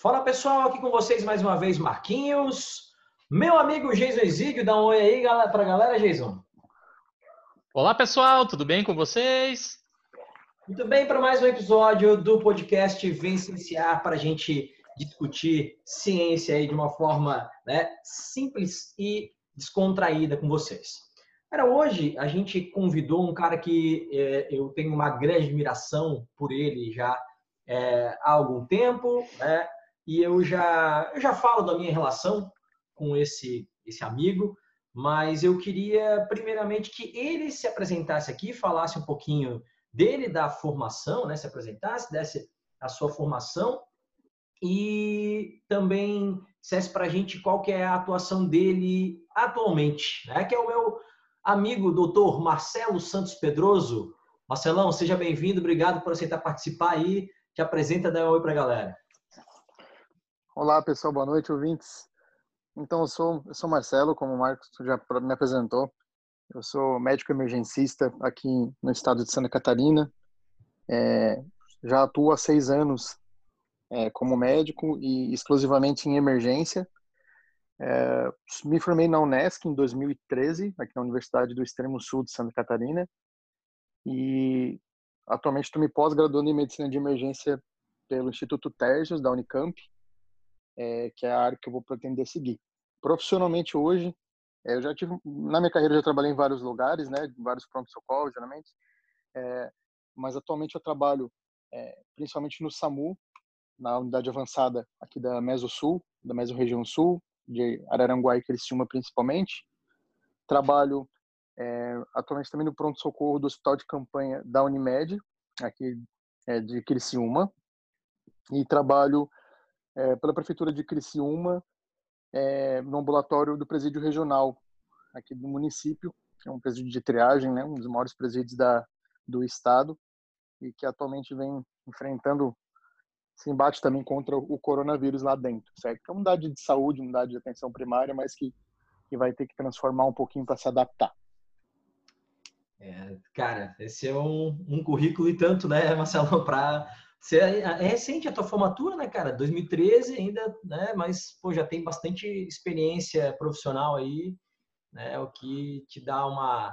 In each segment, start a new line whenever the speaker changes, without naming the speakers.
Fala pessoal, aqui com vocês mais uma vez, Marquinhos. Meu amigo Jason Exíguio, dá um oi aí pra galera, Jason.
Olá pessoal, tudo bem com vocês?
Muito bem, para mais um episódio do podcast Vencenciar, para a gente discutir ciência aí de uma forma, né, simples e descontraída com vocês. Hoje a gente convidou um cara que eu tenho uma grande admiração por ele já há algum tempo, né? E eu já falo da minha relação com esse amigo, mas eu queria primeiramente que ele se apresentasse aqui, falasse um pouquinho dele, da formação, né? Se apresentasse, desse a sua formação e também dissesse para a gente qual que é a atuação dele atualmente, né? Que é o meu amigo doutor Marcelo Santos Pedroso. Marcelão, seja bem-vindo, obrigado por aceitar participar aí. Te apresenta, dá um oi para a galera.
Olá, pessoal, boa noite, ouvintes. Então, eu sou Marcelo, como o Marcos já me apresentou. Eu sou médico emergencista aqui no estado de Santa Catarina. Já atuo há 6 anos como médico e exclusivamente em emergência. Me formei na Unesc em 2013, aqui na Universidade do Extremo Sul de Santa Catarina. E atualmente estou me pós-graduando em medicina de emergência pelo Instituto Tertius, da Unicamp, que é a área que eu vou pretender seguir. Profissionalmente hoje, na minha carreira eu já trabalhei em vários lugares, né, em vários pronto-socorros, geralmente, mas atualmente eu trabalho principalmente no SAMU, na unidade avançada aqui da Meso-Sul, da Meso-Região Sul, de Araranguá e Criciúma principalmente. Trabalho atualmente também no pronto-socorro do Hospital de Campanha da Unimed, aqui de Criciúma, e trabalho pela Prefeitura de Criciúma, no ambulatório do presídio regional aqui do município, que é um presídio de triagem, né, um dos maiores presídios do estado, e que atualmente vem enfrentando esse embate também contra o coronavírus lá dentro, certo? É uma unidade de saúde, uma unidade de atenção primária, mas que vai ter que transformar um pouquinho para se adaptar.
Cara, esse é um currículo e tanto, né, Marcelo, para é recente a tua formatura, né, cara? 2013 ainda, né? Mas, pô, já tem bastante experiência profissional aí, né? O que te dá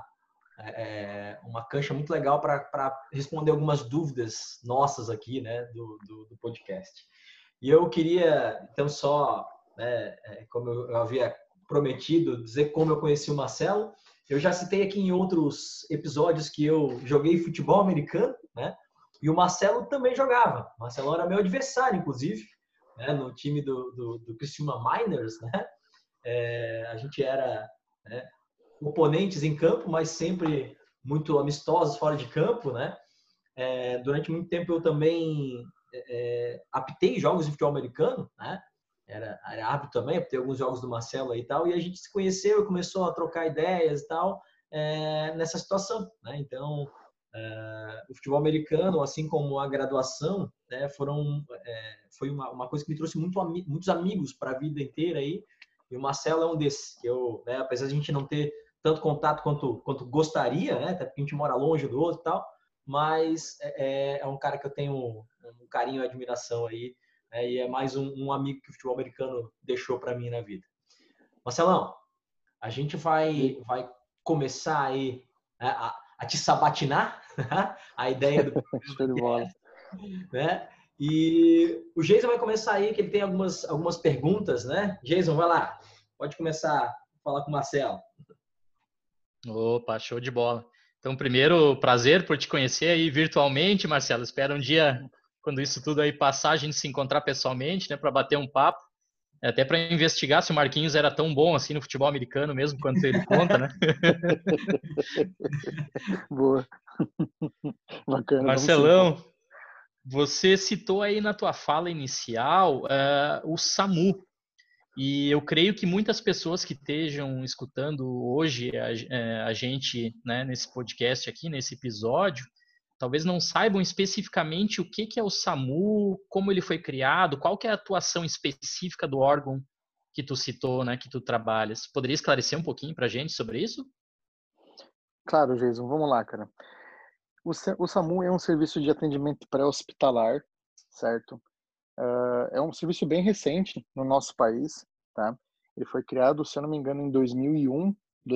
uma cancha muito legal para responder algumas dúvidas nossas aqui, né, do podcast. E eu queria, então, só, né, como eu havia prometido, dizer como eu conheci o Marcelo. Eu já citei aqui em outros episódios que eu joguei futebol americano, né? E o Marcelo também jogava. O Marcelo era meu adversário, inclusive, né, no time do Criciúma Miners, né? A gente era, né, oponentes em campo, mas sempre muito amistosos fora de campo, né? Durante muito tempo eu também apitei jogos de futebol americano, né? Era árbitro também, apitei alguns jogos do Marcelo aí e tal, e a gente se conheceu e começou a trocar ideias e tal, nessa situação, né? Então, o futebol americano, assim como a graduação, né, foi uma coisa que me trouxe muitos amigos para a vida inteira aí, e o Marcelo é um desses, que eu, né, apesar de a gente não ter tanto contato quanto gostaria, né, até porque a gente mora longe do outro e tal, mas é um cara que eu tenho um carinho e admiração aí, né, e é mais um amigo que o futebol americano deixou para mim na vida. Marcelão, a gente vai começar aí, né, a te sabatinar, a ideia do
Show de bola.
né? E o Jason vai começar aí, que ele tem algumas perguntas, né? Jason, vai lá, pode começar a falar com o Marcelo.
Opa, show de bola. Então, primeiro, prazer por te conhecer aí virtualmente, Marcelo. Espero um dia, quando isso tudo aí passar, a gente se encontrar pessoalmente, né, para bater um papo, até para investigar se o Marquinhos era tão bom assim no futebol americano mesmo quanto ele conta, né?
Boa. Bacana, vamos sim.
Marcelão, você citou aí na tua fala inicial o SAMU. E eu creio que muitas pessoas que estejam escutando hoje a gente, né, nesse podcast aqui, nesse episódio, talvez não saibam especificamente o que é o SAMU, como ele foi criado, qual que é a atuação específica do órgão que tu citou, né, que tu trabalhas. Poderia esclarecer um pouquinho para a gente sobre isso?
Claro, Jason, vamos lá, cara. O SAMU é um serviço de atendimento pré-hospitalar, certo? É um serviço bem recente no nosso país, tá? Ele foi criado, se eu não me engano, em 2001,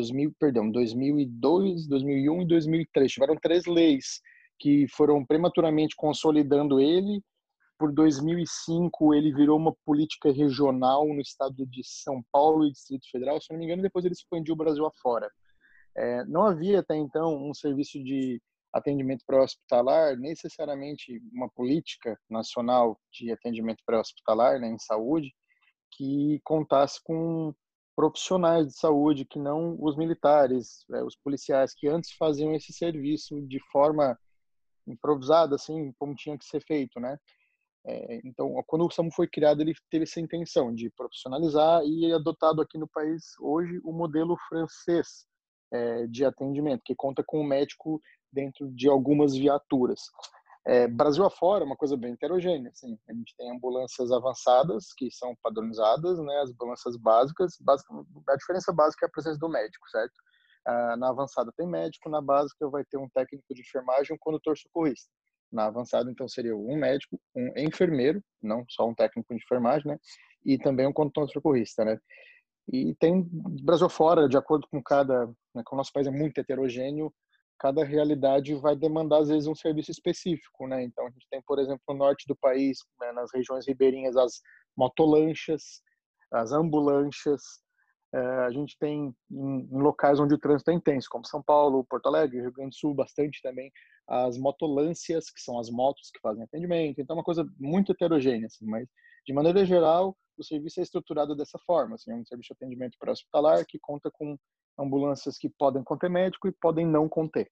2002, 2001 e 2003. Tiveram 3 leis que foram prematuramente consolidando ele. Por 2005, ele virou uma política regional no estado de São Paulo e Distrito Federal. Se eu não me engano, depois ele expandiu o Brasil afora. Não havia até então um serviço de atendimento pré-hospitalar, necessariamente uma política nacional de atendimento pré-hospitalar, né, em saúde, que contasse com profissionais de saúde, que não os militares, os policiais, que antes faziam esse serviço de forma improvisada, assim, como tinha que ser feito, né? Então, quando o SAMU foi criado, ele teve essa intenção de profissionalizar e é adotado aqui no país hoje o modelo francês de atendimento, que conta com um médico dentro de algumas viaturas. Brasil afora é uma coisa bem heterogênea. Assim, a gente tem ambulâncias avançadas, que são padronizadas, né? As ambulâncias básicas, a diferença básica é a presença do médico, certo? Na avançada tem médico, na básica vai ter um técnico de enfermagem e um condutor socorrista. Na avançada, então, seria um médico, um enfermeiro, não só um técnico de enfermagem, né? E também um condutor socorrista, né? E tem Brasil fora, de acordo com né, como o nosso país é muito heterogêneo, cada realidade vai demandar, às vezes, um serviço específico, né? Então, a gente tem, por exemplo, no norte do país, né, nas regiões ribeirinhas, as motolanchas, as ambulanchas. A gente tem em locais onde o trânsito é intenso, como São Paulo, Porto Alegre, Rio Grande do Sul, bastante também, as motolâncias, que são as motos que fazem atendimento. Então, é uma coisa muito heterogênea, assim, mas, de maneira geral, o serviço é estruturado dessa forma. Assim, é um serviço de atendimento pré-hospitalar que conta com ambulâncias que podem conter médico e podem não conter.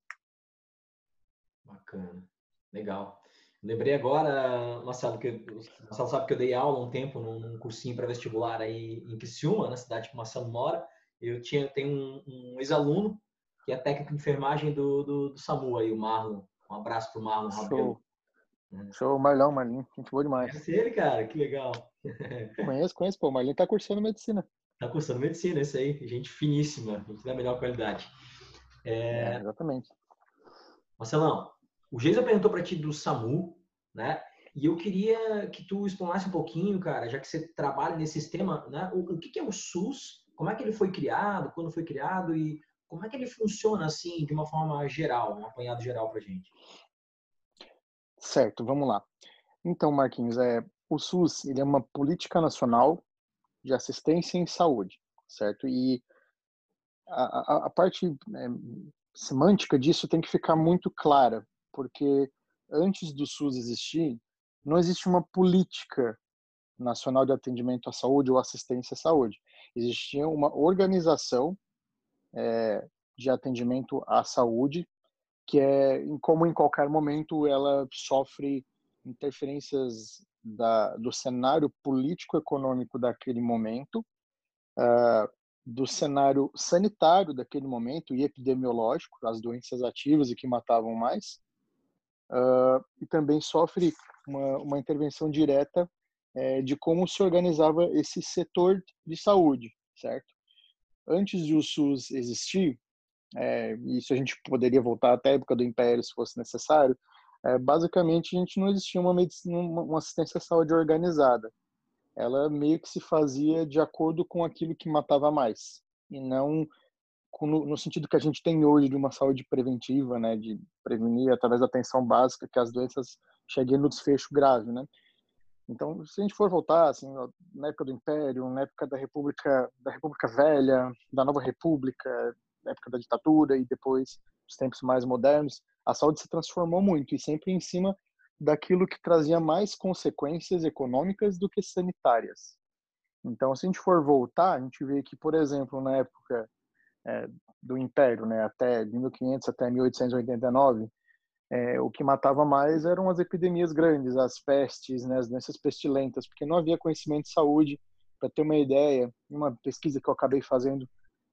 Bacana, legal. Lembrei agora, Marcelo, o Marcelo sabe que eu dei aula um tempo num cursinho pré-vestibular aí em Criciúma, na cidade que o Marcelo mora. Tenho um ex-aluno que é técnico de enfermagem do SAMU aí, o Marlon. Um abraço pro Marlon Rabelo.
Show, Marlon, gente boa demais.
Conhece ele, cara? Que legal.
Conheço, pô, o Marlon tá cursando medicina.
Tá cursando medicina, isso aí. Gente finíssima, gente da melhor qualidade.
Exatamente.
Marcelão, o Geisa perguntou para ti do SAMU, né? E eu queria que tu explanasse um pouquinho, cara, já que você trabalha nesse sistema, né? O que é o SUS? Como é que ele foi criado? Quando foi criado? E como é que ele funciona, assim, de uma forma geral, um apanhado geral pra gente?
Certo, vamos lá. Então, Marquinhos, o SUS ele é uma política nacional de assistência em saúde, certo? E a parte semântica disso tem que ficar muito clara, porque antes do SUS existir, não existe uma política nacional de atendimento à saúde ou assistência à saúde. Existia uma organização de atendimento à saúde que como em qualquer momento ela sofre interferências do cenário político-econômico daquele momento, do cenário sanitário daquele momento e epidemiológico, as doenças ativas e que matavam mais, e também sofre uma intervenção direta de como se organizava esse setor de saúde, certo? Antes de o SUS existir, isso a gente poderia voltar até a época do Império, se fosse necessário, basicamente a gente não existia uma medicina, uma assistência à saúde organizada. Ela meio que se fazia de acordo com aquilo que matava mais, e não no sentido que a gente tem hoje de uma saúde preventiva, né, de prevenir através da atenção básica que as doenças cheguem no desfecho grave, né? Então, se a gente for voltar assim, na época do Império, na época da República Velha, da Nova República, na época da ditadura e depois os tempos mais modernos, a saúde se transformou muito e sempre em cima daquilo que trazia mais consequências econômicas do que sanitárias. Então, se a gente for voltar, a gente vê que, por exemplo, na época do Império, né, até de 1500 até 1889, o que matava mais eram as epidemias grandes, as pestes, né, as doenças pestilentas, porque não havia conhecimento de saúde. Para ter uma ideia, uma pesquisa que eu acabei fazendo,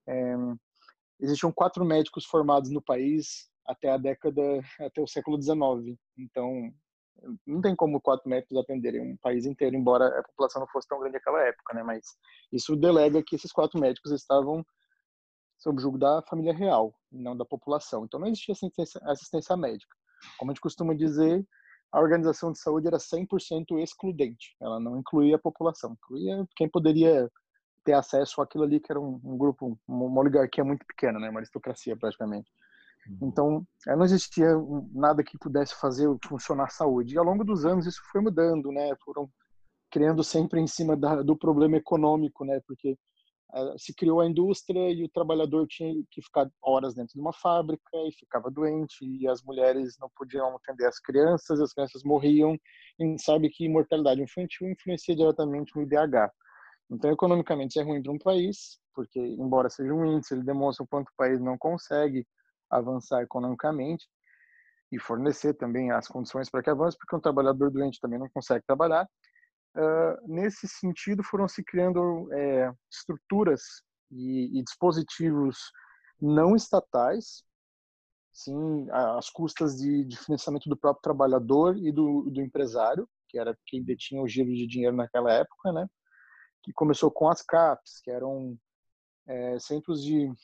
existiam 4 médicos formados no país até o século XIX. Então, não tem como 4 médicos atenderem um país inteiro, embora a população não fosse tão grande naquela época, né? Mas isso delega que esses 4 médicos estavam sob o jugo da família real, não da população. Então, não existia assistência médica. Como a gente costuma dizer, a organização de saúde era 100% excludente. Ela não incluía a população, incluía quem poderia ter acesso àquilo ali, que era um grupo, uma oligarquia muito pequena, né? Uma aristocracia praticamente. Então, não existia nada que pudesse fazer funcionar a saúde. E ao longo dos anos isso foi mudando, né? Foram criando sempre em cima do problema econômico, né? Porque se criou a indústria e o trabalhador tinha que ficar horas dentro de uma fábrica e ficava doente, e as mulheres não podiam atender as crianças morriam, e a gente sabe que mortalidade infantil influencia diretamente no IDH. Então, economicamente, isso é ruim para um país, porque, embora seja um índice, ele demonstra o quanto o país não consegue avançar economicamente e fornecer também as condições para que avance, porque um trabalhador doente também não consegue trabalhar. Nesse sentido, foram se criando estruturas e dispositivos não estatais, sim, às custas de financiamento do próprio trabalhador e do empresário, que era quem detinha o giro de dinheiro naquela época, né? Que começou com as CAPs, que eram centros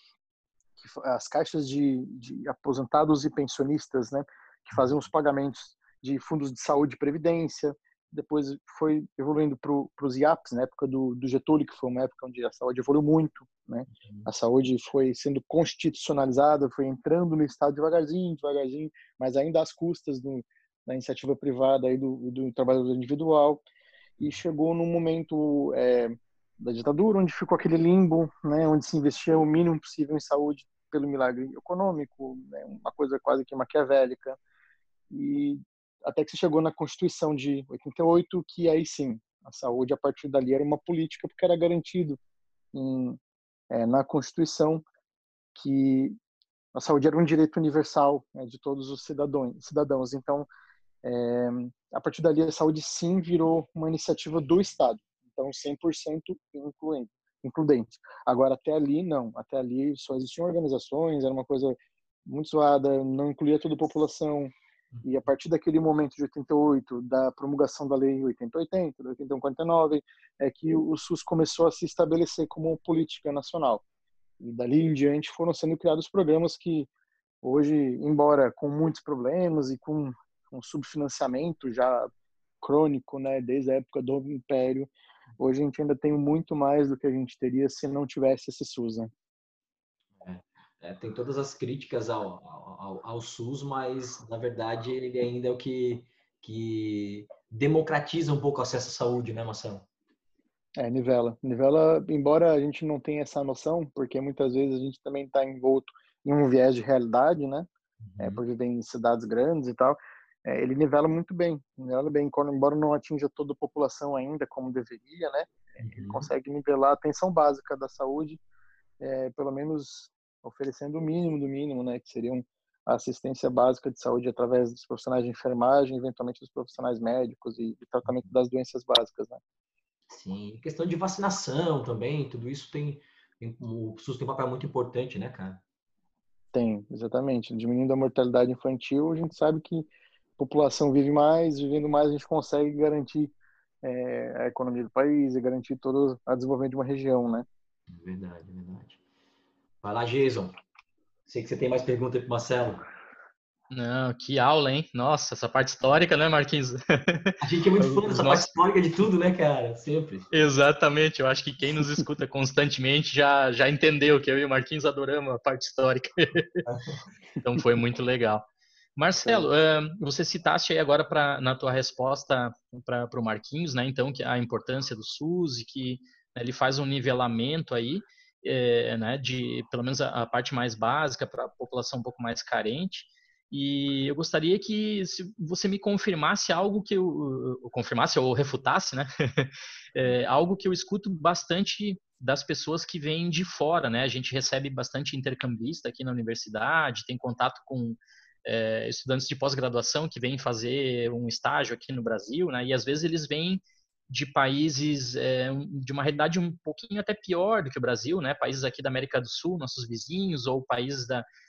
as caixas de aposentados e pensionistas, né? Que faziam os pagamentos de fundos de saúde e previdência. Depois foi evoluindo para os IAPs, na época do Getúlio, que foi uma época onde a saúde evoluiu muito, né? A saúde foi sendo constitucionalizada, foi entrando no Estado devagarzinho, mas ainda às custas da iniciativa privada e do trabalhador individual. E chegou num momento da ditadura, onde ficou aquele limbo, né? Onde se investia o mínimo possível em saúde pelo milagre econômico, né? Uma coisa quase que maquiavélica. E até que se chegou na Constituição de 88, que aí sim, a saúde a partir dali era uma política, porque era garantido na Constituição que a saúde era um direito universal, né, de todos os cidadãos. Então, a partir dali a saúde sim virou uma iniciativa do Estado, então 100% includente. Agora, até ali, não. Até ali só existiam organizações, era uma coisa muito zoada, não incluía toda a população. E a partir daquele momento de 88, da promulgação da Lei 8080, da 8149, é que o SUS começou a se estabelecer como política nacional. E dali em diante foram sendo criados programas que hoje, embora com muitos problemas e com um subfinanciamento já crônico, né, desde a época do Império, hoje a gente ainda tem muito mais do que a gente teria se não tivesse esse SUS, né?
Tem todas as críticas ao SUS, mas, na verdade, ele ainda é o que democratiza um pouco o acesso à saúde, né, Marcelo?
Nivela. Nivela, embora a gente não tenha essa noção, porque muitas vezes a gente também está envolto em um viés de realidade, né? Por viver em cidades grandes e tal, ele nivela muito bem. Nivela bem, embora não atinja toda a população ainda, como deveria, né? Ele consegue nivelar a atenção básica da saúde, pelo menos oferecendo o mínimo do mínimo, né? Que seria a assistência básica de saúde através dos profissionais de enfermagem, eventualmente dos profissionais médicos e tratamento das doenças básicas, né?
Sim, questão de vacinação também, tudo isso o SUS tem um papel muito importante, né, cara?
Tem, exatamente. Diminuindo a mortalidade infantil, a gente sabe que a população vive mais, vivendo mais a gente consegue garantir a economia do país e garantir todo o desenvolvimento de uma região, né?
Verdade, verdade. Vai lá, Jason. Sei que você tem mais perguntas para o Marcelo.
Não, que aula, hein? Nossa, essa parte histórica, né, Marquinhos?
A gente é muito fã dessa parte histórica de tudo, né, cara? Sempre.
Exatamente, eu acho que quem nos escuta constantemente já entendeu que eu e o Marquinhos adoramos a parte histórica. Então foi muito legal. Marcelo, você citaste aí agora na tua resposta para o Marquinhos, né? Então, que a importância do SUS e que ele faz um nivelamento aí, né? De pelo menos a parte mais básica para a população um pouco mais carente. E eu gostaria que se você me confirmasse algo que eu confirmasse ou refutasse, né? Algo que eu escuto bastante das pessoas que vêm de fora, né? A gente recebe bastante intercambista aqui na universidade, tem contato com estudantes de pós-graduação que vêm fazer um estágio aqui no Brasil, né? E às vezes eles vêm de países de uma realidade um pouquinho até pior do que o Brasil, né? Países aqui da América do Sul, nossos vizinhos, ou países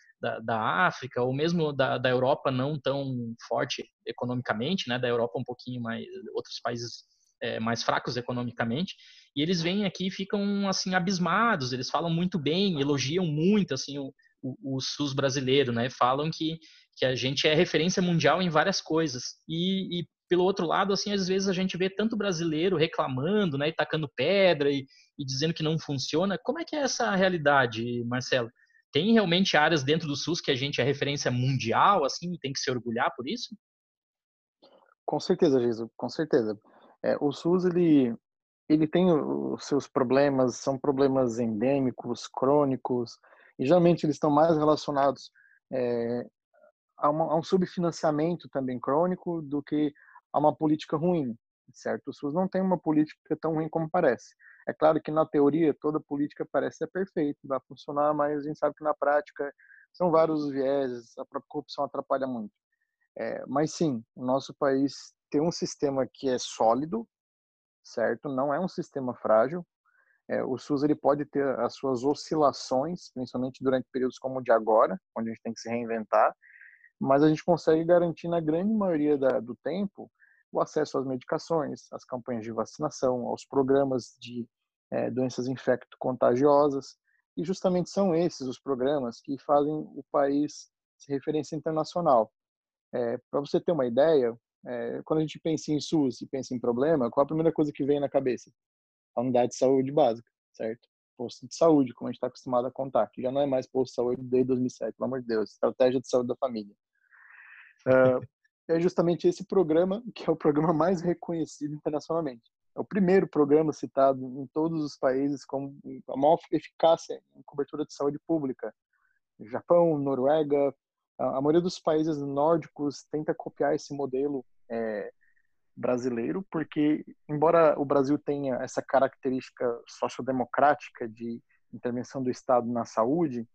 da África, ou mesmo da Europa não tão forte economicamente, né? Da Europa um pouquinho mais, outros países mais fracos economicamente, e eles vêm aqui e ficam assim abismados, eles falam muito bem, elogiam muito assim o SUS brasileiro, né? Falam que que a gente é referência mundial em várias coisas. E pelo outro lado, assim, às vezes a gente vê tanto brasileiro reclamando, né, e tacando pedra e dizendo que não funciona. Como é que é essa realidade, Marcelo? Tem realmente áreas dentro do SUS que a gente é referência mundial, assim, e tem que se orgulhar por isso?
Com certeza, Jesus, com certeza. O SUS, ele tem os seus problemas, são problemas endêmicos, crônicos, e geralmente eles estão mais relacionados é, a um subfinanciamento também crônico do que a uma política ruim, certo? O SUS não tem uma política tão ruim como parece. É claro que na teoria toda política parece ser perfeita, vai funcionar, mas a gente sabe que na prática são vários os vieses, a própria corrupção atrapalha muito. Mas sim, o nosso país tem um sistema que é sólido, certo? Não é um sistema frágil. O SUS ele pode ter as suas oscilações, principalmente durante períodos como o de agora, onde a gente tem que se reinventar, mas a gente consegue garantir na grande maioria do tempo o acesso às medicações, às campanhas de vacinação, aos programas de doenças infecto-contagiosas, e justamente são esses os programas que fazem o país se referência internacional. Para você ter uma ideia, quando a gente pensa em SUS e pensa em problema, qual a primeira coisa que vem na cabeça? A unidade de saúde básica, certo? Posto de saúde, como a gente está acostumado a contar, que já não é mais posto de saúde desde 2007, pelo amor de Deus, estratégia de saúde da família. É justamente esse programa que é o programa mais reconhecido internacionalmente. É o primeiro programa citado em todos os países como a maior eficácia em cobertura de saúde pública. Japão, Noruega, a maioria dos países nórdicos tenta copiar esse modelo brasileiro, porque embora o Brasil tenha essa característica sociodemocrática de intervenção do Estado na saúde,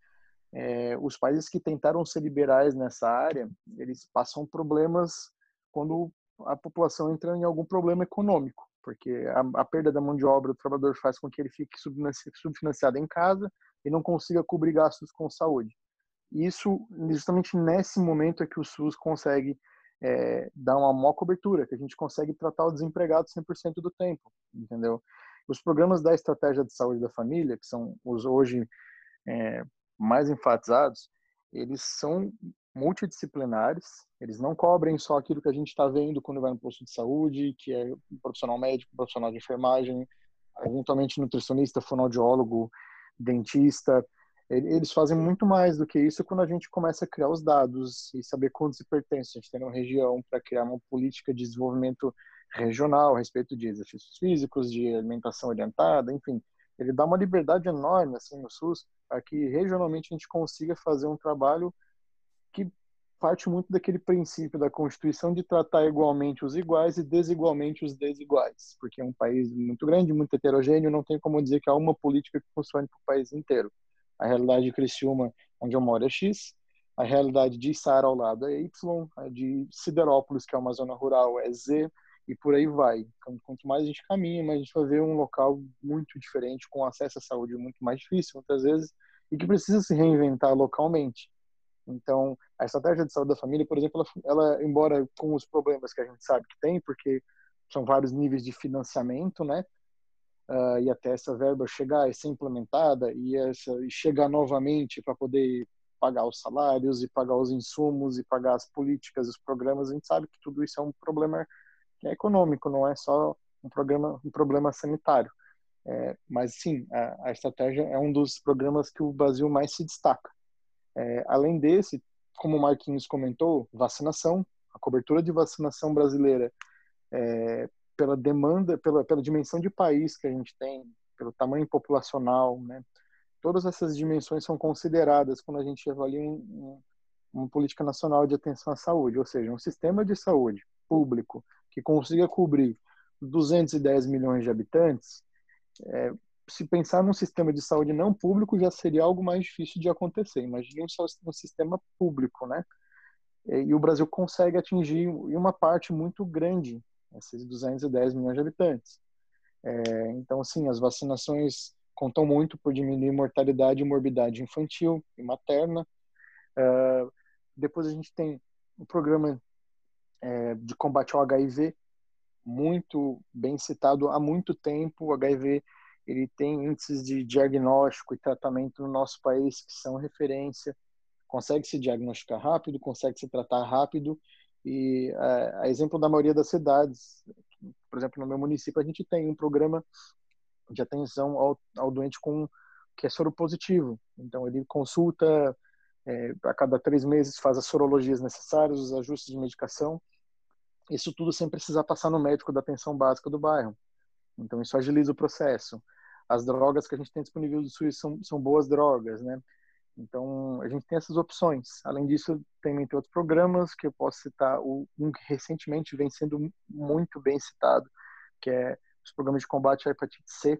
os países que tentaram ser liberais nessa área, eles passam problemas quando a população entra em algum problema econômico, porque a perda da mão de obra do trabalhador faz com que ele fique subfinanciado em casa e não consiga cobrir gastos com saúde. E isso, justamente nesse momento é que o SUS consegue dar uma maior cobertura, que a gente consegue tratar o desempregado 100% do tempo, entendeu? Os programas da Estratégia de Saúde da Família, que são os hoje mais enfatizados, eles são multidisciplinares, eles não cobrem só aquilo que a gente está vendo quando vai no posto de saúde, que é um profissional médico, um profissional de enfermagem, eventualmente nutricionista, fonoaudiólogo, dentista. Eles fazem muito mais do que isso quando a gente começa a criar os dados e saber quantos pertencem. A gente tem uma região para criar uma política de desenvolvimento regional a respeito de exercícios físicos, de alimentação orientada, enfim. Ele dá uma liberdade enorme assim no SUS para que regionalmente a gente consiga fazer um trabalho que parte muito daquele princípio da Constituição de tratar igualmente os iguais e desigualmente os desiguais, porque é um país muito grande, muito heterogêneo, não tem como dizer que há uma política que funcione para o país inteiro. A realidade de Criciúma, onde eu moro, é X, a realidade de Saara ao lado é Y, a de Siderópolis, que é uma zona rural, é Z, e por aí vai. Quanto mais a gente caminha, mais a gente vai ver um local muito diferente, com acesso à saúde muito mais difícil, muitas vezes, e que precisa se reinventar localmente. Então, a estratégia de saúde da família, por exemplo, ela, embora com os problemas que a gente sabe que tem, porque são vários níveis de financiamento, né? E até essa verba chegar e ser implementada e chegar novamente para poder pagar os salários e pagar os insumos e pagar as políticas, os programas, a gente sabe que tudo isso é um problema que é econômico, não é só um problema sanitário. Mas sim, a estratégia é um dos programas que o Brasil mais se destaca. Além desse, como o Marquinhos comentou, vacinação, a cobertura de vacinação brasileira, pela demanda, pela dimensão de país que a gente tem, pelo tamanho populacional, né? Todas essas dimensões são consideradas quando a gente avalia uma política nacional de atenção à saúde, ou seja, um sistema de saúde público que consiga cobrir 210 milhões de habitantes. Se pensar num sistema de saúde não público, já seria algo mais difícil de acontecer. Imagine um sistema público, né? E o Brasil consegue atingir uma parte muito grande, esses 210 milhões de habitantes. Então, sim, as vacinações contam muito por diminuir mortalidade e morbidade infantil e materna. Depois a gente tem o programa de combate ao HIV, muito bem citado há muito tempo. O HIV ele tem índices de diagnóstico e tratamento no nosso país que são referência, consegue se diagnosticar rápido, consegue se tratar rápido, e a exemplo da maioria das cidades, por exemplo, no meu município a gente tem um programa de atenção ao doente que é soropositivo. Então ele consulta a cada 3 meses, faz as sorologias necessárias, os ajustes de medicação, isso tudo sem precisar passar no médico da atenção básica do bairro. Então isso agiliza o processo. As drogas que a gente tem disponível do SUS são boas drogas, né? Então, a gente tem essas opções. Além disso, também tem outros programas que eu posso citar. Um que recentemente vem sendo muito bem citado, que é os programas de combate à hepatite C,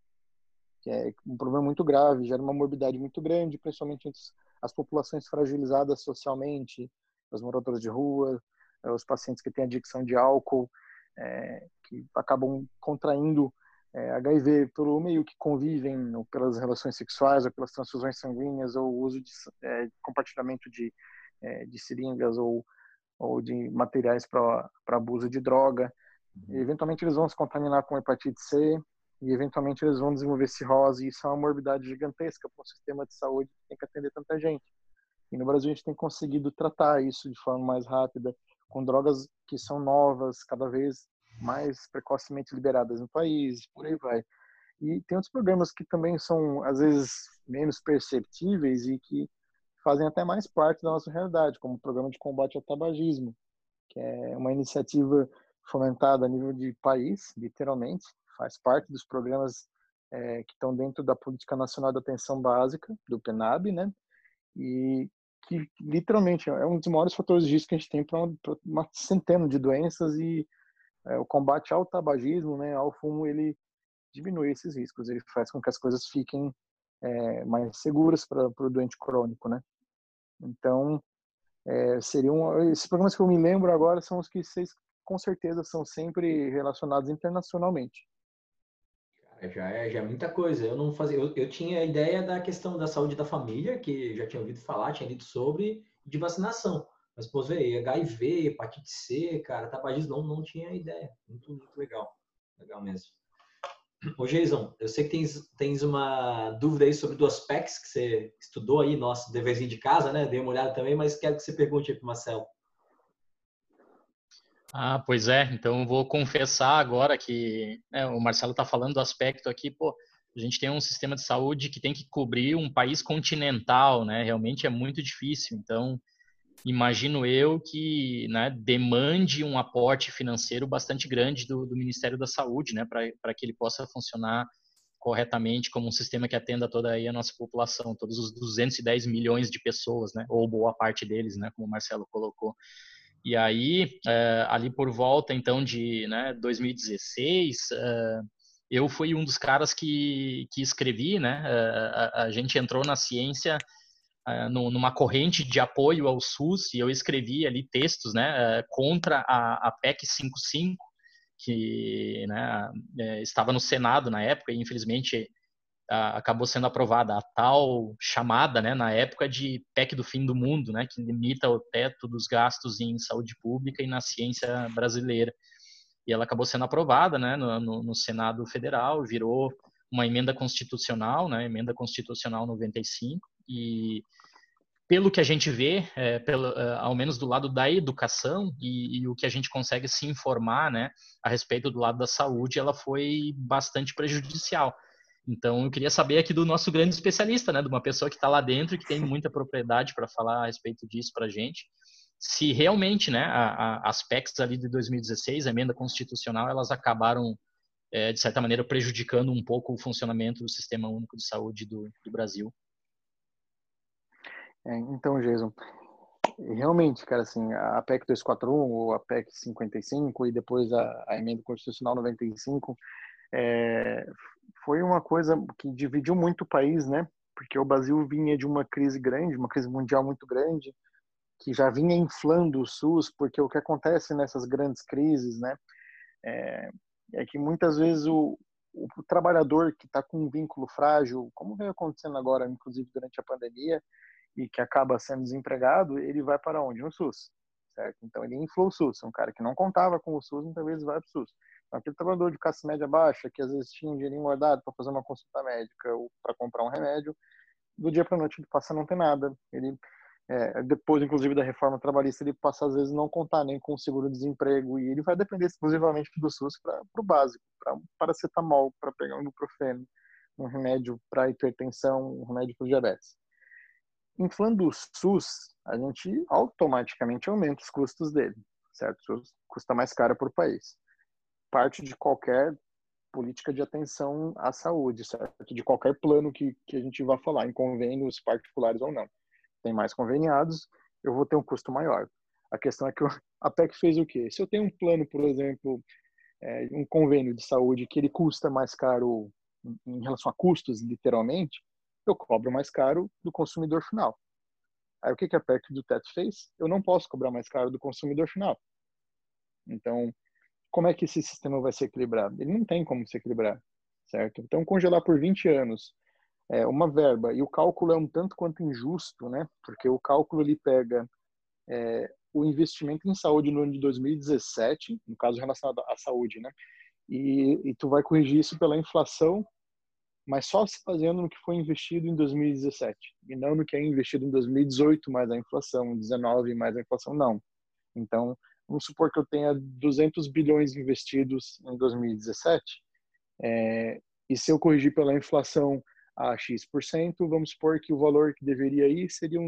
que é um problema muito grave, gera uma morbidade muito grande, principalmente entre as populações fragilizadas socialmente, os moradores de rua, os pacientes que têm adicção de álcool, que acabam contraindo HIV pelo meio que convivem, ou pelas relações sexuais, ou pelas transfusões sanguíneas, ou o uso de compartilhamento de seringas ou de materiais para abuso de droga. E, eventualmente eles vão se contaminar com hepatite C e eventualmente eles vão desenvolver cirrose, e isso é uma morbidade gigantesca para um sistema de saúde que tem que atender tanta gente. E no Brasil a gente tem conseguido tratar isso de forma mais rápida, com drogas que são novas, cada vez mais precocemente liberadas no país, por aí vai. E tem outros programas que também são, às vezes, menos perceptíveis e que fazem até mais parte da nossa realidade, como o Programa de Combate ao Tabagismo, que é uma iniciativa fomentada a nível de país, literalmente, faz parte dos programas que estão dentro da Política Nacional de Atenção Básica, do PNAB, né? E que literalmente é um dos maiores fatores de risco que a gente tem para uma centena de doenças, e o combate ao tabagismo, né, ao fumo, ele diminui esses riscos, ele faz com que as coisas fiquem mais seguras para o doente crônico, né? Então, esses programas que eu me lembro agora são os que vocês, com certeza, são sempre relacionados internacionalmente.
Já é muita coisa. Eu não fazia, eu tinha a ideia da questão da saúde da família, que já tinha ouvido falar, tinha lido sobre, de vacinação. Mas, pô, ver HIV, hepatite C, cara, tabagismo, não tinha ideia. Muito, muito legal. Legal mesmo. Ô, Jason, eu sei que tens uma dúvida aí sobre duas PECs que você estudou aí, nosso deverzinho de casa, né? Dei uma olhada também, mas quero que você pergunte aí para o Marcelo.
Ah, pois é. Então, eu vou confessar agora que o Marcelo está falando do aspecto aqui, pô, a gente tem um sistema de saúde que tem que cobrir um país continental, né? Realmente é muito difícil. Então, imagino eu que, né, demande um aporte financeiro bastante grande do Ministério da Saúde, né, para que ele possa funcionar corretamente como um sistema que atenda toda aí a nossa população, todos os 210 milhões de pessoas, né, ou boa parte deles, né, como o Marcelo colocou. E aí, ali por volta, então, de 2016, eu fui um dos caras que escrevi, né, a gente entrou na ciência numa corrente de apoio ao SUS, e eu escrevi ali textos, né, contra a PEC 55, que, né, estava no Senado na época, e infelizmente acabou sendo aprovada a tal chamada, né, na época, de PEC do fim do mundo, né, que limita o teto dos gastos em saúde pública e na ciência brasileira. E ela acabou sendo aprovada, né, no Senado Federal, virou uma emenda constitucional, né, emenda constitucional 95, e pelo que a gente vê, ao menos do lado da educação e o que a gente consegue se informar, né, a respeito do lado da saúde, ela foi bastante prejudicial. Então, eu queria saber aqui do nosso grande especialista, né, de uma pessoa que está lá dentro e que tem muita propriedade para falar a respeito disso para a gente, se realmente, né, as PECs ali de 2016, a emenda constitucional, elas acabaram, de certa maneira, prejudicando um pouco o funcionamento do Sistema Único de Saúde do Brasil.
Então, Jason, realmente, cara, assim, a PEC 241 ou a PEC 55 e depois a emenda constitucional 95 foi uma coisa que dividiu muito o país, né? Porque o Brasil vinha de uma crise grande, uma crise mundial muito grande, que já vinha inflando o SUS, porque o que acontece nessas grandes crises, né, é que muitas vezes o trabalhador que está com um vínculo frágil, como vem acontecendo agora, inclusive durante a pandemia, e que acaba sendo desempregado, ele vai para onde? No SUS, certo? Então ele inflou o SUS, um cara que não contava com o SUS, muitas vezes vai para o SUS. Então, aquele trabalhador de classe média baixa, que às vezes tinha um dinheirinho guardado para fazer uma consulta médica ou para comprar um remédio, do dia para a noite ele passa a não ter nada. Ele depois, inclusive, da reforma trabalhista, ele passa, às vezes, não contar nem com o seguro-desemprego, e ele vai depender exclusivamente do SUS para o básico, para paracetamol, para pegar um ibuprofeno, um remédio para hipertensão, um remédio para diabetes. Inflando o SUS, a gente automaticamente aumenta os custos dele, certo? O SUS custa mais caro para o país. Parte de qualquer política de atenção à saúde, certo? De qualquer plano que a gente vá falar, em convênios particulares ou não. Tem mais conveniados, eu vou ter um custo maior. A questão é que a PEC fez o quê? Se eu tenho um plano, por exemplo, um convênio de saúde que ele custa mais caro em relação a custos, literalmente, eu cobro mais caro do consumidor final. Aí o que a PEC do teto fez? Eu não posso cobrar mais caro do consumidor final. Então, como é que esse sistema vai se equilibrar? Ele não tem como se equilibrar, certo? Então, congelar por 20 anos uma verba, e o cálculo é um tanto quanto injusto, né? Porque o cálculo ele pega o investimento em saúde no ano de 2017, no caso relacionado à saúde, né? E tu vai corrigir isso pela inflação, mas só se baseando no que foi investido em 2017, e não no que é investido em 2018 mais a inflação, 19 mais a inflação, não. Então, vamos supor que eu tenha 200 bilhões investidos em 2017, e se eu corrigir pela inflação a X%, vamos supor que o valor que deveria ir seria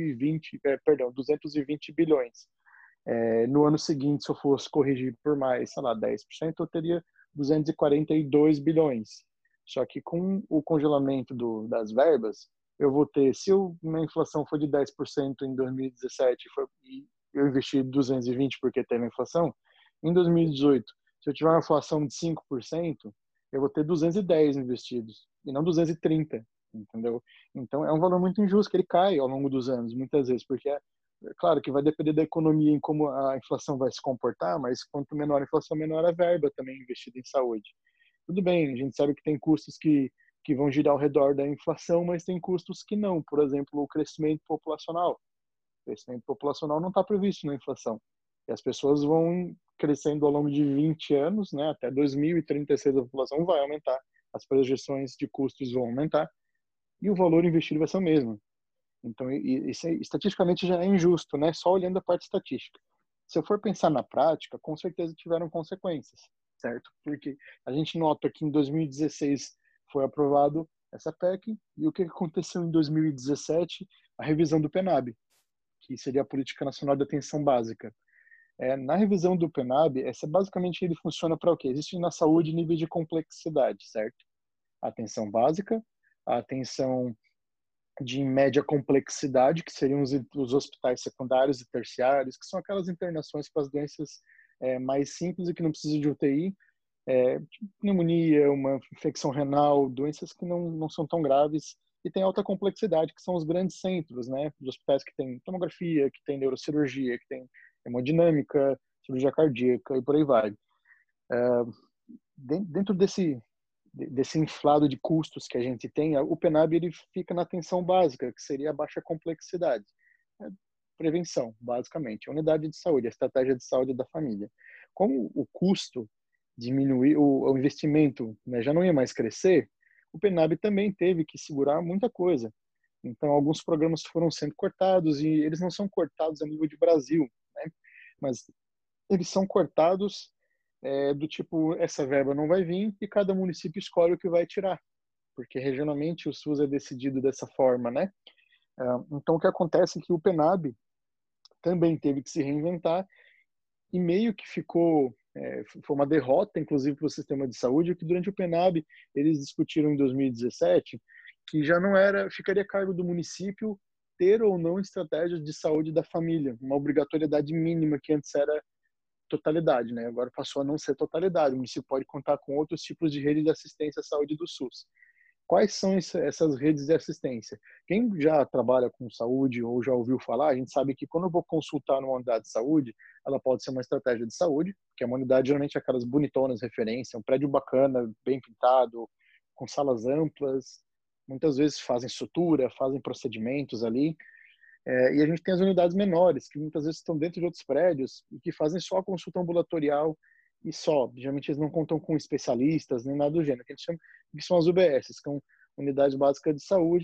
220 bilhões. No ano seguinte, se eu fosse corrigir por mais, sei lá, 10%, eu teria 242 bilhões. Só que com o congelamento das verbas, eu vou ter, se minha inflação for de 10% em 2017 e eu investi 220 porque teve inflação, em 2018, se eu tiver uma inflação de 5%, eu vou ter 210 investidos e não 230, entendeu? Então é um valor muito injusto que ele cai ao longo dos anos, muitas vezes, porque claro que vai depender da economia em como a inflação vai se comportar, mas quanto menor a inflação, menor a verba também investida em saúde. Tudo bem, a gente sabe que tem custos que vão girar ao redor da inflação, mas tem custos que não. Por exemplo, o crescimento populacional. O crescimento populacional não está previsto na inflação. E as pessoas vão crescendo ao longo de 20 anos, né? Até 2036 a população vai aumentar, as projeções de custos vão aumentar e o valor investido vai ser o mesmo. Então, isso estatisticamente já é injusto, né? Só olhando a parte estatística. Se eu for pensar na prática, com certeza tiveram consequências, certo? Porque a gente nota que em 2016 foi aprovado essa PEC e o que aconteceu em 2017? A revisão do PNAB, que seria a Política Nacional de Atenção Básica. Na revisão do PNAB, basicamente ele funciona para o quê? Existe na saúde níveis de complexidade, certo? A atenção básica, a atenção de média complexidade, que seriam os hospitais secundários e terciários, que são aquelas internações para as doenças mais simples e que não precisam de UTI, tipo pneumonia, uma infecção renal, doenças que não são tão graves e tem alta complexidade, que são os grandes centros, né? Os hospitais que tem tomografia, que tem neurocirurgia, que tem hemodinâmica, cirurgia cardíaca e por aí vai. Dentro desse inflado de custos que a gente tem, o PNAB ele fica na atenção básica, que seria a baixa complexidade. Prevenção, basicamente. A unidade de saúde, a estratégia de saúde da família. Como o custo diminuir, o investimento, né, já não ia mais crescer, o PNAB também teve que segurar muita coisa. Então, alguns programas foram sendo cortados e eles não são cortados a nível de Brasil, né? Mas eles são cortados do tipo, essa verba não vai vir e cada município escolhe o que vai tirar, porque regionalmente o SUS é decidido dessa forma, né? Então, o que acontece é que o PNAB também teve que se reinventar e meio que foi uma derrota, inclusive, para o sistema de saúde, que durante o PNAB eles discutiram em 2017 que já não ficaria a cargo do município ter ou não estratégias de saúde da família, uma obrigatoriedade mínima que antes era totalidade, né? Agora passou a não ser totalidade. O município pode contar com outros tipos de rede de assistência à saúde do SUS. Quais são essas redes de assistência? Quem já trabalha com saúde ou já ouviu falar, a gente sabe que quando eu vou consultar numa unidade de saúde, ela pode ser uma estratégia de saúde, que é uma unidade geralmente aquelas bonitonas, referência, um prédio bacana, bem pintado, com salas amplas, muitas vezes fazem sutura, fazem procedimentos ali. E a gente tem as unidades menores, que muitas vezes estão dentro de outros prédios e que fazem só a consulta ambulatorial e só. Geralmente eles não contam com especialistas nem nada do gênero, que a gente chama que são as UBSs, que são unidades básicas de saúde,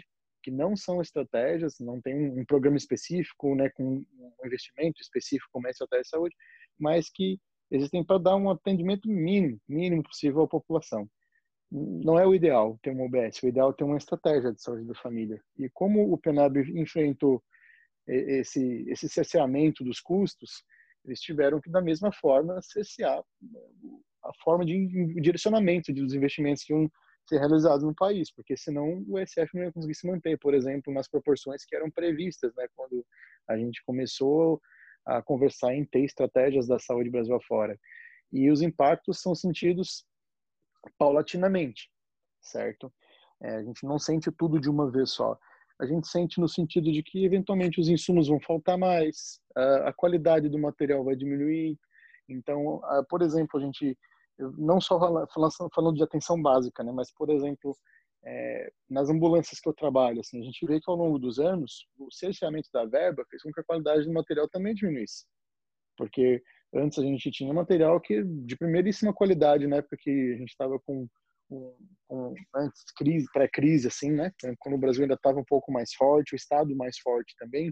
que não são estratégias, não tem um programa específico, né, com um investimento específico como a estratégia de saúde, mas que existem para dar um atendimento mínimo possível à população. Não é o ideal ter uma OBS, o ideal é ter uma estratégia de saúde da família. E como o PNAB enfrentou esse cerceamento dos custos, eles tiveram que, da mesma forma, cercear a forma de direcionamento dos investimentos que iam ser realizados no país, porque senão o SF não ia conseguir se manter, por exemplo, nas proporções que eram previstas, né, quando a gente começou a conversar em ter estratégias da saúde Brasil afora. E os impactos são sentidos paulatinamente, certo? A gente não sente tudo de uma vez só. A gente sente no sentido de que, eventualmente, os insumos vão faltar mais, a qualidade do material vai diminuir. Então, por exemplo, a gente, não só falando de atenção básica, né, mas, por exemplo, nas ambulâncias que eu trabalho, assim, a gente vê que, ao longo dos anos, o cerceamento da verba fez com que a qualidade do material também diminuísse. Porque antes a gente tinha material que de primeiríssima qualidade, na época que a gente estava com antes crise, pré-crise, assim, né? Quando o Brasil ainda estava um pouco mais forte, o Estado mais forte também,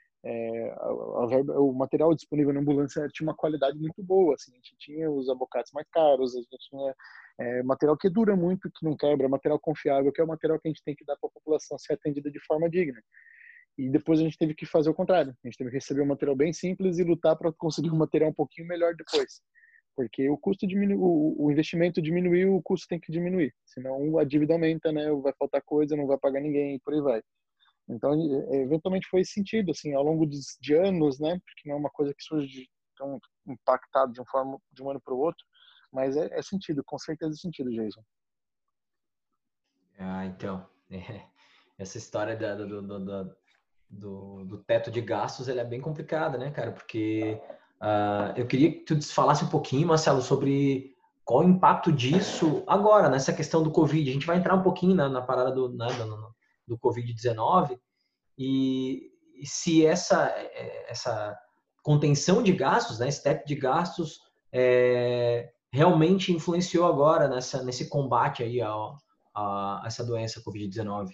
o material disponível na ambulância tinha uma qualidade muito boa, assim, a gente tinha os abocates mais caros, a gente tinha material que dura muito, que não quebra, material confiável, que é o material que a gente tem que dar para a população ser atendida de forma digna. E depois a gente teve que fazer o contrário, a gente teve que receber um material bem simples e lutar para conseguir um material um pouquinho melhor depois. Porque o custo diminui, o investimento diminuiu, o custo tem que diminuir. Senão a dívida aumenta, né? Vai faltar coisa, não vai pagar ninguém, e por aí vai. Então, eventualmente foi esse sentido, assim, ao longo de anos, né? Porque não é uma coisa que surge tão impactado de um ano para o outro, mas é sentido, com certeza é sentido, Jason.
Então, essa história do teto de gastos, ela é bem complicada, né, cara? Porque eu queria que tu falasse um pouquinho, Marcelo, sobre qual o impacto disso agora, nessa questão do Covid. A gente vai entrar um pouquinho na parada do Covid-19 e se essa contenção de gastos, né, esse teto de gastos, realmente influenciou agora nesse combate aí a essa doença Covid-19.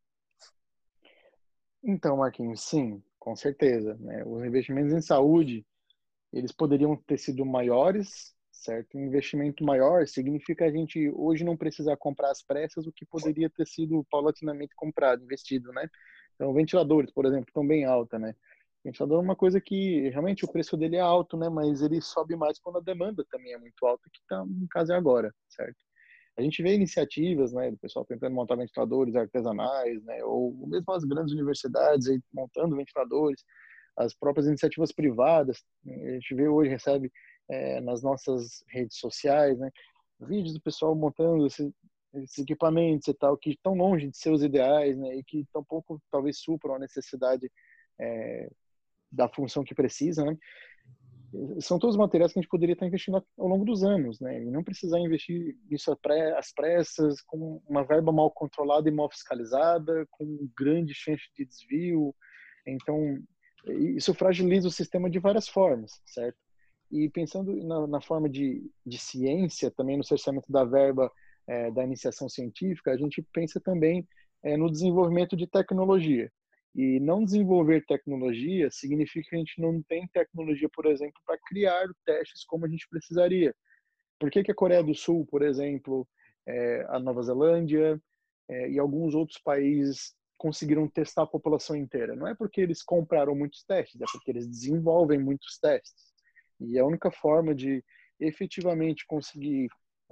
Então, Marquinhos, sim, com certeza, né? Os investimentos em saúde, eles poderiam ter sido maiores, certo? Um investimento maior significa a gente hoje não precisar comprar às pressas o que poderia ter sido paulatinamente comprado, investido, né? Então, ventiladores, por exemplo, estão bem alta, né? Ventilador é uma coisa que realmente o preço dele é alto, né? Mas ele sobe mais quando a demanda também é muito alta, que tá, no caso é agora, certo? A gente vê iniciativas, né, do pessoal tentando montar ventiladores artesanais, né, ou mesmo as grandes universidades aí montando ventiladores, as próprias iniciativas privadas, né, a gente vê hoje, recebe nas nossas redes sociais, né, vídeos do pessoal montando esses equipamentos e tal, que estão longe de ser os ideais, né, e que tampouco talvez supram a necessidade da função que precisa, né. São todos materiais que a gente poderia estar investindo ao longo dos anos, né? E não precisar investir isso às pressas, com uma verba mal controlada e mal fiscalizada, com grande chance de desvio. Então, isso fragiliza o sistema de várias formas, certo? E pensando na forma de ciência, também no cerceamento da verba da iniciação científica, a gente pensa também no desenvolvimento de tecnologia. E não desenvolver tecnologia significa que a gente não tem tecnologia, por exemplo, para criar testes como a gente precisaria. Por que a Coreia do Sul, por exemplo, a Nova Zelândia e alguns outros países conseguiram testar a população inteira? Não é porque eles compraram muitos testes, é porque eles desenvolvem muitos testes. E a única forma de efetivamente conseguir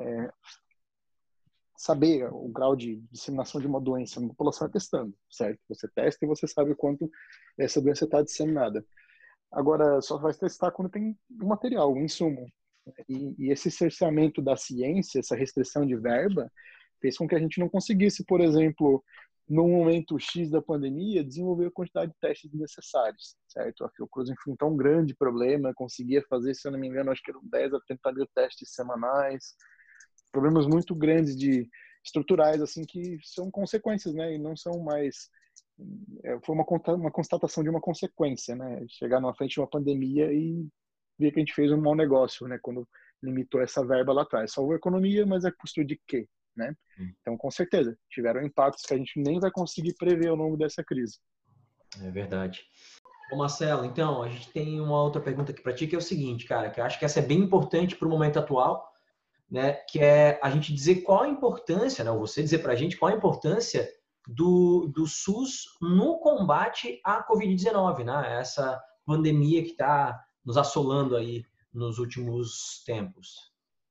saber o grau de disseminação de uma doença na população é testando, certo? Você testa e você sabe o quanto essa doença está disseminada. Agora, só vai testar quando tem um material, um insumo. E esse cerceamento da ciência, essa restrição de verba, fez com que a gente não conseguisse, por exemplo, no momento X da pandemia, desenvolver a quantidade de testes necessários, certo? A Fiocruz enfrentou um grande problema, conseguia fazer, se eu não me engano, acho que eram 10 a 30 mil testes semanais, problemas muito grandes estruturais, assim, que são consequências, né? E não são mais... foi uma constatação de uma consequência, né? Chegar na frente de uma pandemia e ver que a gente fez um mau negócio, né? Quando limitou essa verba lá atrás. Salvou a economia, mas a custo de quê? né? Então, com certeza, tiveram impactos que a gente nem vai conseguir prever ao longo dessa crise.
É verdade. Ô Marcelo, então, a gente tem uma outra pergunta aqui para ti, que é o seguinte, cara, que eu acho que essa é bem importante para o momento atual, né? Que é a gente dizer qual a importância, né? Ou você dizer para a gente qual a importância do SUS no combate à Covid-19, né? Essa pandemia que está nos assolando aí nos últimos tempos.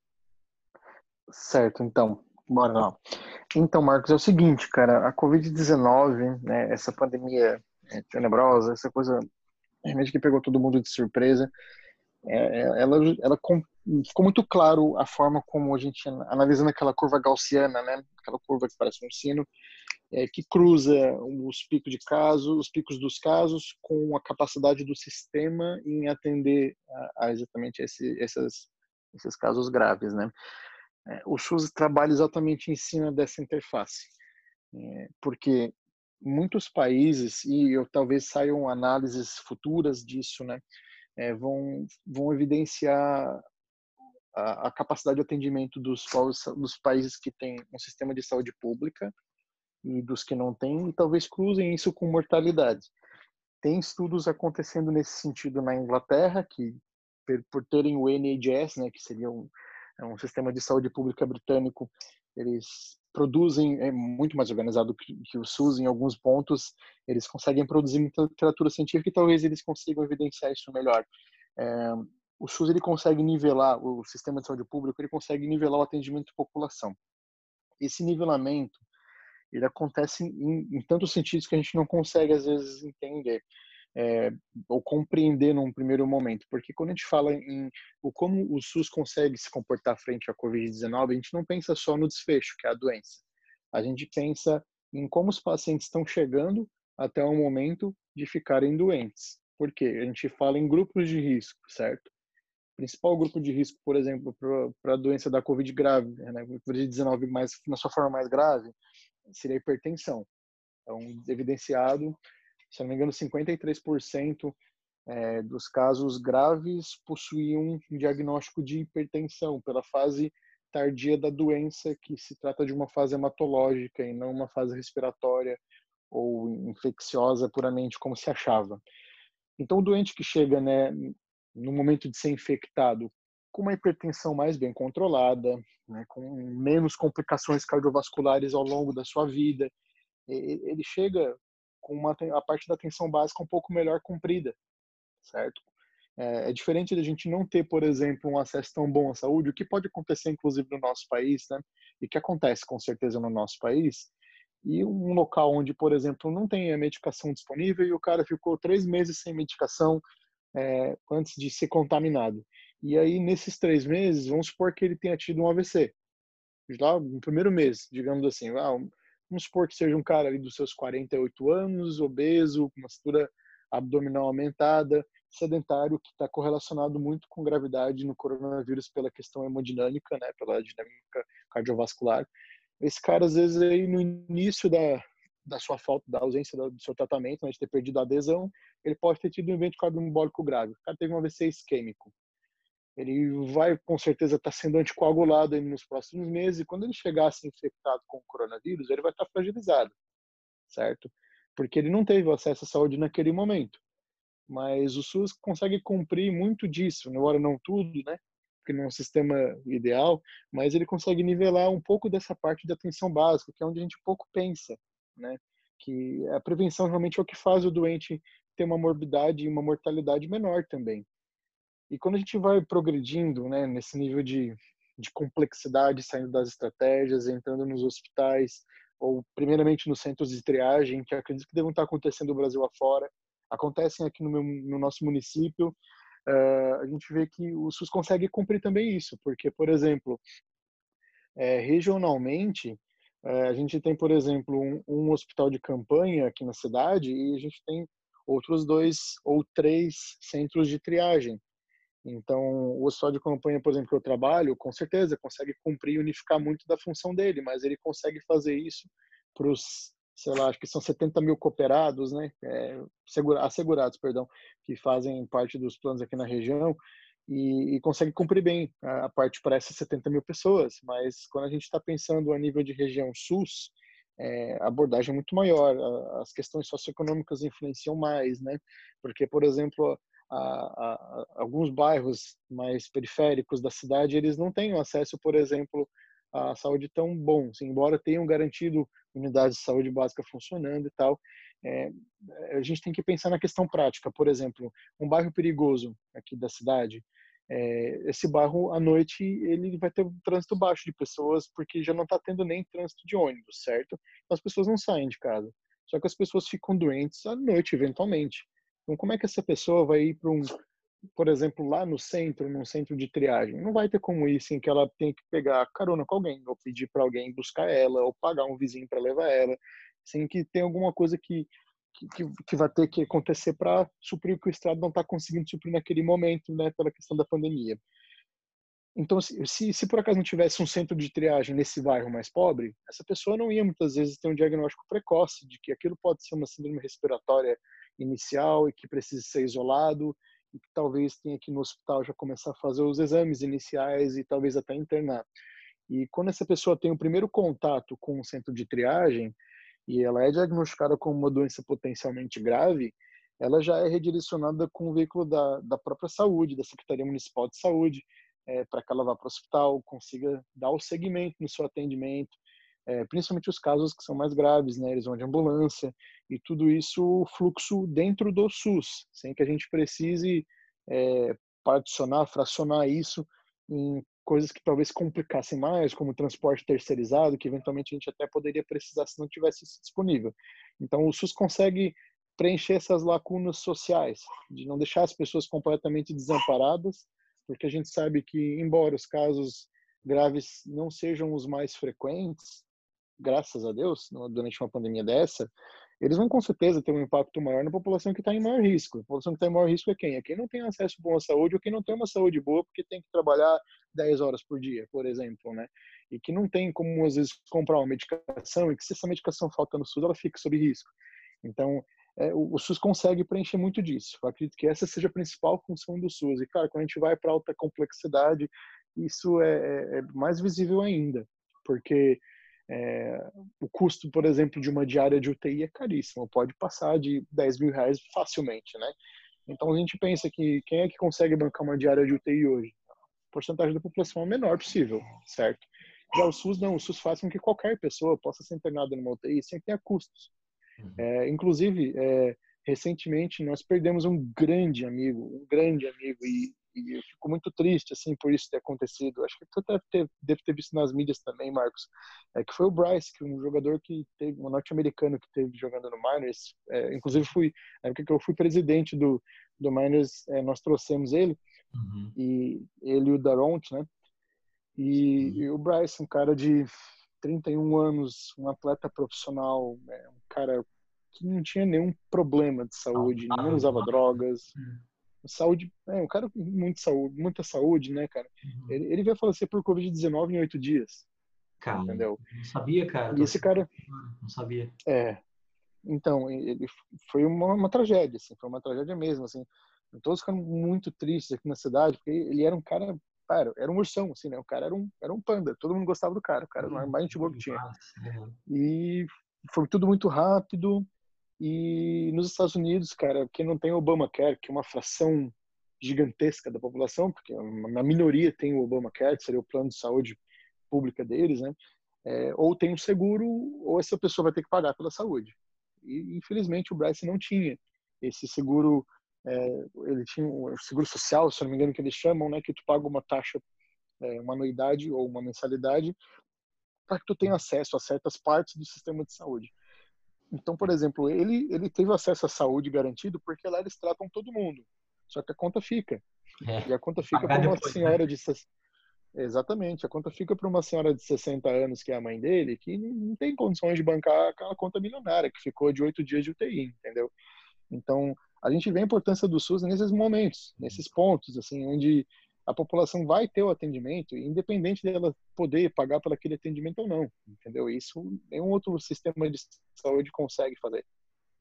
Certo, então, bora lá. Então, Marcos, é o seguinte, cara, a Covid-19, né, essa pandemia tenebrosa, essa coisa realmente que pegou todo mundo de surpresa, ficou muito claro a forma como a gente, analisando aquela curva gaussiana, né, aquela curva que parece um sino, que cruza os picos de casos, os picos dos casos com a capacidade do sistema em atender a exatamente esses casos graves, né? O SUS trabalha exatamente em cima dessa interface, porque muitos países, e eu talvez saiam análises futuras disso, né, vão evidenciar a capacidade de atendimento dos países que têm um sistema de saúde pública e dos que não têm, e talvez cruzem isso com mortalidade. Tem estudos acontecendo nesse sentido na Inglaterra, que por terem o NHS, né, que seria um sistema de saúde pública britânico, eles produzem, é muito mais organizado que o SUS em alguns pontos, eles conseguem produzir muita literatura científica e talvez eles consigam evidenciar isso melhor. O SUS ele consegue nivelar, o sistema de saúde pública ele consegue nivelar o atendimento de população. Esse nivelamento ele acontece em tantos sentidos que a gente não consegue às vezes entender ou compreender num primeiro momento, porque quando a gente fala em como o SUS consegue se comportar frente à Covid-19, a gente não pensa só no desfecho, que é a doença. A gente pensa em como os pacientes estão chegando até o momento de ficarem doentes. Por quê? A gente fala em grupos de risco, certo? O principal grupo de risco, por exemplo, para a doença da Covid grave, né, Covid-19 na sua forma mais grave, seria a hipertensão. Então, evidenciado, se não me engano, 53% dos casos graves possuíam um diagnóstico de hipertensão pela fase tardia da doença, que se trata de uma fase hematológica e não uma fase respiratória ou infecciosa puramente como se achava. Então, o doente que chega, né, no momento de ser infectado com uma hipertensão mais bem controlada, né, com menos complicações cardiovasculares ao longo da sua vida, ele chega com a parte da atenção básica um pouco melhor cumprida, certo? É diferente da gente não ter, por exemplo, um acesso tão bom à saúde, o que pode acontecer, inclusive, no nosso país, né? E que acontece, com certeza, no nosso país, e um local onde, por exemplo, não tem a medicação disponível e o cara ficou 3 meses sem medicação antes de ser contaminado. E aí, nesses 3 meses, vamos supor que ele tenha tido um AVC. Já no primeiro mês, digamos assim, vamos supor que seja um cara ali dos seus 48 anos, obeso, com uma estrutura abdominal aumentada, sedentário, que está correlacionado muito com gravidade no coronavírus pela questão hemodinâmica, né, pela dinâmica cardiovascular. Esse cara, às vezes, aí no início da sua falta, da ausência do seu tratamento, né, de ter perdido a adesão, ele pode ter tido um evento cardioembólico grave. O cara teve um AVC isquêmico. Ele vai, com certeza, estar sendo anticoagulado nos próximos meses, e quando ele chegar a ser infectado com o coronavírus, ele vai estar fragilizado, certo? Porque ele não teve acesso à saúde naquele momento. Mas o SUS consegue cumprir muito disso, embora não tudo, né? Porque não é um sistema ideal, mas ele consegue nivelar um pouco dessa parte de atenção básica, que é onde a gente pouco pensa, né? Que a prevenção realmente é o que faz o doente ter uma morbidade e uma mortalidade menor também. E quando a gente vai progredindo, né, nesse nível de complexidade, saindo das estratégias, entrando nos hospitais, ou primeiramente nos centros de triagem, que acredito que devem estar acontecendo no Brasil afora, acontecem aqui no nosso município, a gente vê que o SUS consegue cumprir também isso, porque, por exemplo, regionalmente, a gente tem, por exemplo, um hospital de campanha aqui na cidade e a gente tem outros 2 ou 3 centros de triagem. Então, o hospital de campanha, por exemplo, que eu trabalho, com certeza consegue cumprir e unificar muito da função dele, mas ele consegue fazer isso para os, sei lá, acho que são 70 mil cooperados, né, assegurados, perdão, que fazem parte dos planos aqui na região. e consegue cumprir bem a parte para essas 70 mil pessoas, mas quando a gente está pensando a nível de região SUS, a abordagem é muito maior, as questões socioeconômicas influenciam mais, né? Porque, por exemplo, alguns bairros mais periféricos da cidade, eles não têm acesso, por exemplo, à saúde tão bom, assim, embora tenham garantido unidades de saúde básica funcionando e tal. É, a gente tem que pensar na questão prática. Por exemplo, um bairro perigoso aqui da cidade, esse bairro à noite ele vai ter um trânsito baixo de pessoas porque já não está tendo nem trânsito de ônibus, certo? Então as pessoas não saem de casa. Só que as pessoas ficam doentes à noite, eventualmente. Então como é que essa pessoa vai ir para por exemplo, lá no centro, num centro de triagem? Não vai ter como ir sem que ela tenha que pegar carona com alguém, ou pedir para alguém buscar ela, ou pagar um vizinho para levar ela, sem que tenha alguma coisa que vai ter que acontecer para suprir o que o Estado não está conseguindo suprir naquele momento, né, pela questão da pandemia. Então, se por acaso não tivesse um centro de triagem nesse bairro mais pobre, essa pessoa não ia muitas vezes ter um diagnóstico precoce de que aquilo pode ser uma síndrome respiratória inicial e que precisa ser isolado e que talvez tenha que ir no hospital já começar a fazer os exames iniciais e talvez até internar. E quando essa pessoa tem o primeiro contato com um centro de triagem e ela é diagnosticada com uma doença potencialmente grave, ela já é redirecionada com o veículo da própria saúde, da Secretaria Municipal de Saúde, para que ela vá para o hospital, consiga dar o segmento no seu atendimento, principalmente os casos que são mais graves, né? Eles vão de ambulância e tudo isso fluxo dentro do SUS, sem que a gente precise particionar, fracionar isso em coisas que talvez complicassem mais, como transporte terceirizado, que eventualmente a gente até poderia precisar se não tivesse isso disponível. Então o SUS consegue preencher essas lacunas sociais, de não deixar as pessoas completamente desamparadas, porque a gente sabe que, embora os casos graves não sejam os mais frequentes, graças a Deus, durante uma pandemia dessa, eles vão com certeza ter um impacto maior na população que está em maior risco. A população que está em maior risco é quem? É quem não tem acesso bom à saúde ou quem não tem uma saúde boa porque tem que trabalhar 10 horas por dia, por exemplo, né? E que não tem como, às vezes, comprar uma medicação e que se essa medicação falta no SUS, ela fica sob risco. Então, o SUS consegue preencher muito disso. Eu acredito que essa seja a principal função do SUS. E, claro, quando a gente vai para alta complexidade, isso é mais visível ainda, porque o custo, por exemplo, de uma diária de UTI é caríssimo, pode passar de 10 mil reais facilmente, né? Então a gente pensa que quem é que consegue bancar uma diária de UTI hoje? A porcentagem da população é a menor possível, certo? Já o SUS não, o SUS faz com que qualquer pessoa possa ser internada numa UTI sem ter custos. Inclusive, recentemente nós perdemos um grande amigo, e eu fico muito triste assim por isso ter acontecido. Acho que tu deve ter visto nas mídias também, Marcos, que foi o Bryce, que um jogador que teve, um norte-americano que teve jogando no Miners. Inclusive na época que eu fui presidente do Miners, nós trouxemos ele, e ele e o Daront, né? E o Bryce, um cara de 31 anos, um atleta profissional, um cara que não tinha nenhum problema de saúde, não usava drogas. Saúde, um cara com muita saúde, né, cara? Ele veio falecer por Covid-19 em 8 dias.
Cara,
entendeu?
Não sabia, cara.
E esse cara...
Não sabia.
Então, ele foi uma tragédia, assim, foi uma tragédia mesmo, assim. Todos ficaram muito tristes aqui na cidade, porque ele era um cara, era um ursão, assim, né? O cara era um panda, todo mundo gostava do cara, o cara era o mais gente boa que tinha. E foi tudo muito rápido. E nos Estados Unidos, cara, quem não tem o Obamacare, que é uma fração gigantesca da população, porque a minoria tem o Obamacare, que seria o plano de saúde pública deles, né? Ou tem um seguro, ou essa pessoa vai ter que pagar pela saúde. E infelizmente o Bryce não tinha esse seguro. Ele tinha o seguro social, se não me engano, que eles chamam, né? Que tu paga uma taxa, uma anuidade ou uma mensalidade, para que tu tenha acesso a certas partes do sistema de saúde. Então, por exemplo, ele teve acesso à saúde garantido porque lá eles tratam todo mundo. Só que a conta fica. E a conta fica para uma senhora de... Exatamente. A conta fica para uma senhora de 60 anos, que é a mãe dele, que não tem condições de bancar aquela conta milionária, que ficou de 8 dias de UTI, entendeu? Então, a gente vê a importância do SUS nesses momentos, nesses pontos, assim, onde a população vai ter o atendimento, independente dela poder pagar por aquele atendimento ou não, entendeu? Isso nenhum outro sistema de saúde consegue fazer.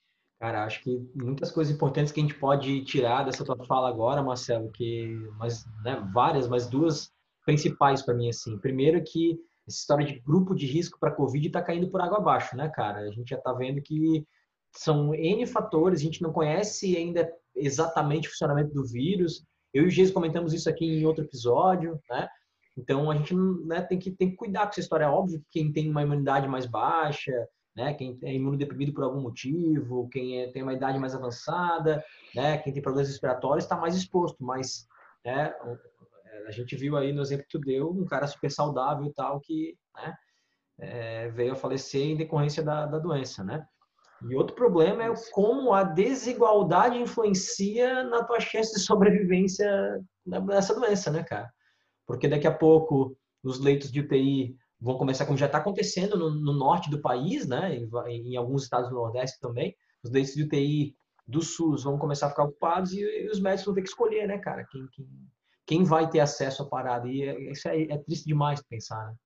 Cara, acho que muitas coisas importantes que a gente pode tirar dessa tua fala agora, Marcelo, mas, né, várias, mas duas principais para mim, assim. Primeiro que essa história de grupo de risco para Covid está caindo por água abaixo, né, cara? A gente já está vendo que são N fatores, a gente não conhece ainda exatamente o funcionamento do vírus. Eu e o Geis comentamos isso aqui em outro episódio, né? Então a gente, né, tem que cuidar com essa história. É óbvio que quem tem uma imunidade mais baixa, né? Quem é imunodeprimido por algum motivo, tem uma idade mais avançada, né? Quem tem problemas respiratórios está mais exposto, mas né, a gente viu aí no exemplo que tu deu, um cara super saudável e tal, que né, veio a falecer em decorrência da doença, né? E outro problema é como a desigualdade influencia na tua chance de sobrevivência nessa doença, né, cara? Porque daqui a pouco os leitos de UTI vão começar, como já está acontecendo no norte do país, né, em alguns estados do Nordeste também, os leitos de UTI do SUS vão começar a ficar ocupados e os médicos vão ter que escolher, né, cara, quem vai ter acesso à parada. E isso é triste demais pensar, né?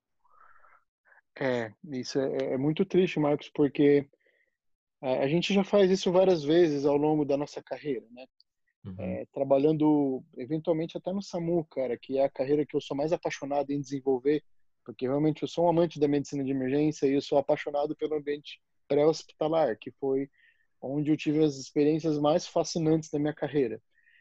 Isso é muito triste, Marcos, porque a gente já faz isso várias vezes ao longo da nossa carreira, né?
Uhum.
Trabalhando eventualmente até no SAMU, cara, que é a carreira que eu sou mais apaixonado em desenvolver, porque realmente eu sou um amante da medicina de emergência e eu sou apaixonado pelo ambiente pré-hospitalar, que foi onde eu tive as experiências mais fascinantes da minha carreira.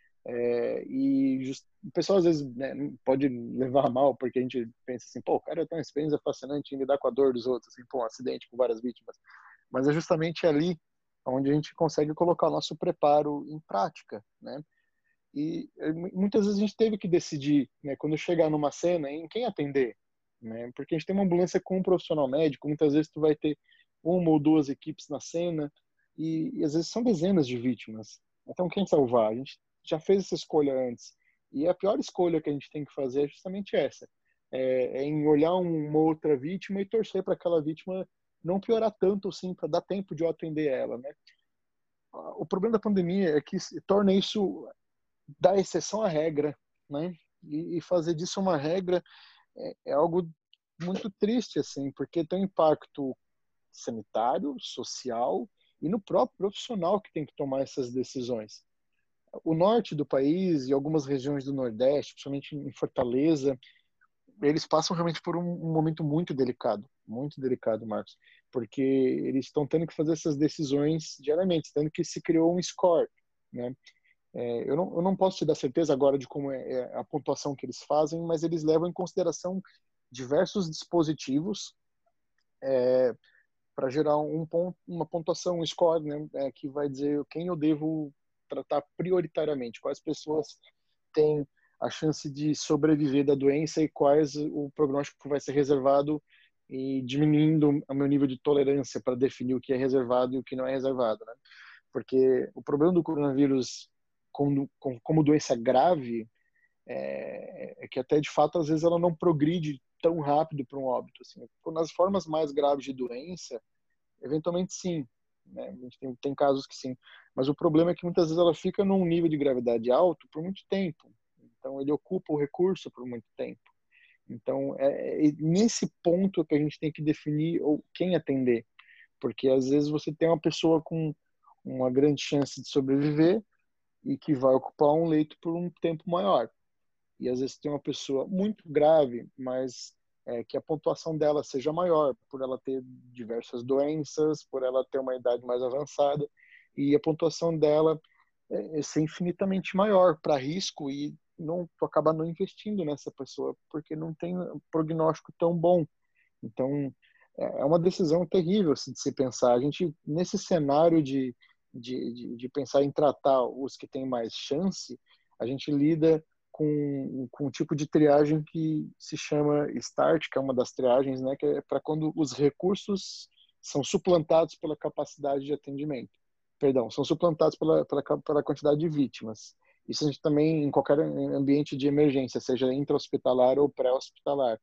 O pessoal às vezes, né, pode levar a mal, porque a gente pensa assim, pô, o cara tem uma experiência fascinante em lidar com a dor dos outros, assim, pô, um acidente com várias vítimas. Mas é justamente ali onde a gente consegue colocar o nosso preparo em prática, né? E muitas vezes a gente teve que decidir, né, quando chegar numa cena, em quem atender, né? Porque a gente tem uma ambulância com um profissional médico, muitas vezes tu vai ter uma ou duas equipes na cena e às vezes são dezenas de vítimas. Então quem salvar? A gente já fez essa escolha antes. E a pior escolha que a gente tem que fazer é justamente essa. Em olhar uma outra vítima e torcer para aquela vítima não piorar tanto assim, para dar tempo de eu atender ela, né? O problema da pandemia é que torna isso da exceção à regra, né? E fazer disso uma regra é algo muito triste, assim, porque tem um impacto sanitário, social e no próprio profissional que tem que tomar essas decisões. O norte do país e algumas regiões do Nordeste, principalmente em Fortaleza, eles passam realmente por um momento muito delicado, Marcos, porque eles estão tendo que fazer essas decisões diariamente, tendo que se criou um score, né? Eu não posso te dar certeza agora de como é a pontuação que eles fazem, mas eles levam em consideração diversos dispositivos para gerar uma pontuação, um score, né, que vai dizer quem eu devo tratar prioritariamente, quais pessoas têm a chance de sobreviver da doença e quais o prognóstico vai ser reservado e diminuindo o meu nível de tolerância para definir o que é reservado e o que não é reservado, né? Porque o problema do coronavírus como doença grave é que até de fato às vezes ela não progride tão rápido para um óbito. Assim. Nas formas mais graves de doença, eventualmente sim, né? A gente tem casos que sim, mas o problema é que muitas vezes ela fica num nível de gravidade alto por muito tempo. Então ele ocupa o recurso por muito tempo. Então é nesse ponto que a gente tem que definir quem atender, porque às vezes você tem uma pessoa com uma grande chance de sobreviver e que vai ocupar um leito por um tempo maior. E às vezes tem uma pessoa muito grave, mas que a pontuação dela seja maior, por ela ter diversas doenças, por ela ter uma idade mais avançada, e a pontuação dela ser infinitamente maior para risco e não tu acaba não investindo nessa pessoa porque não tem um prognóstico tão bom. Então é uma decisão terrível assim, de se pensar. A gente nesse cenário de pensar em tratar os que têm mais chance, a gente lida com um tipo de triagem que se chama START, que é uma das triagens, né, que é para quando os recursos são suplantados pela capacidade de atendimento. Perdão, são suplantados pela quantidade de vítimas. Isso a gente também, em qualquer ambiente de emergência, seja intra-hospitalar ou pré-hospitalar.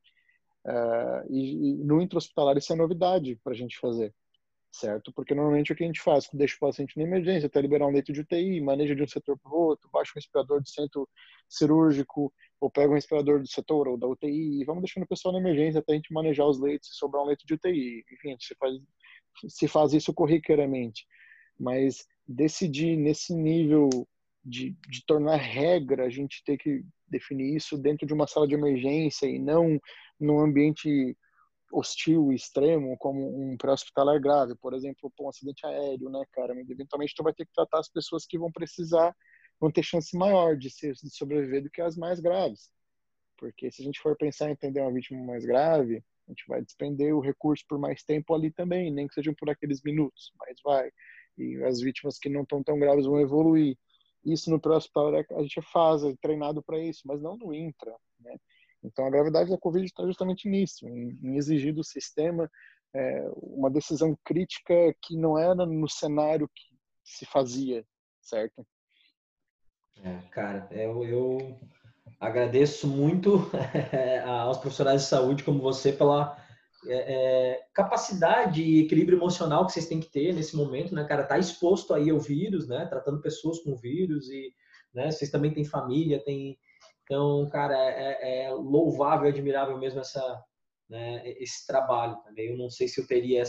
E no intra-hospitalar isso é novidade para a gente fazer, certo? Porque normalmente o que a gente faz? Deixa o paciente na emergência até liberar um leito de UTI, maneja de um setor para o outro, baixa um respirador do centro cirúrgico, ou pega um respirador do setor ou da UTI, e vamos deixando o pessoal na emergência até a gente manejar os leitos e sobrar um leito de UTI. Enfim, se faz isso corriqueiramente. Mas decidir nesse nível de tornar regra, a gente ter que definir isso dentro de uma sala de emergência e não num ambiente hostil e extremo, como um pré-hospitalar grave, por exemplo, um acidente aéreo, né, cara? Eventualmente tu vai ter que tratar as pessoas que vão ter chance maior de sobreviver do que as mais graves. Porque se a gente for pensar em atender uma vítima mais grave, a gente vai despender o recurso por mais tempo ali também, nem que sejam por aqueles minutos, mas vai. E as vítimas que não estão tão graves vão evoluir. Isso no pré-hospitalar a gente faz, é treinado para isso, mas não no intra, né? Então a gravidade da Covid está justamente nisso, em exigir do sistema uma decisão crítica que não era no cenário que se fazia, certo?
Cara, eu agradeço muito aos profissionais de saúde como você pela capacidade e equilíbrio emocional que vocês têm que ter nesse momento, né, cara? Tá exposto aí ao vírus, né? Tratando pessoas com vírus e, né? Vocês também têm família, então, cara, é louvável, admirável mesmo esse trabalho também. Eu não sei se eu teria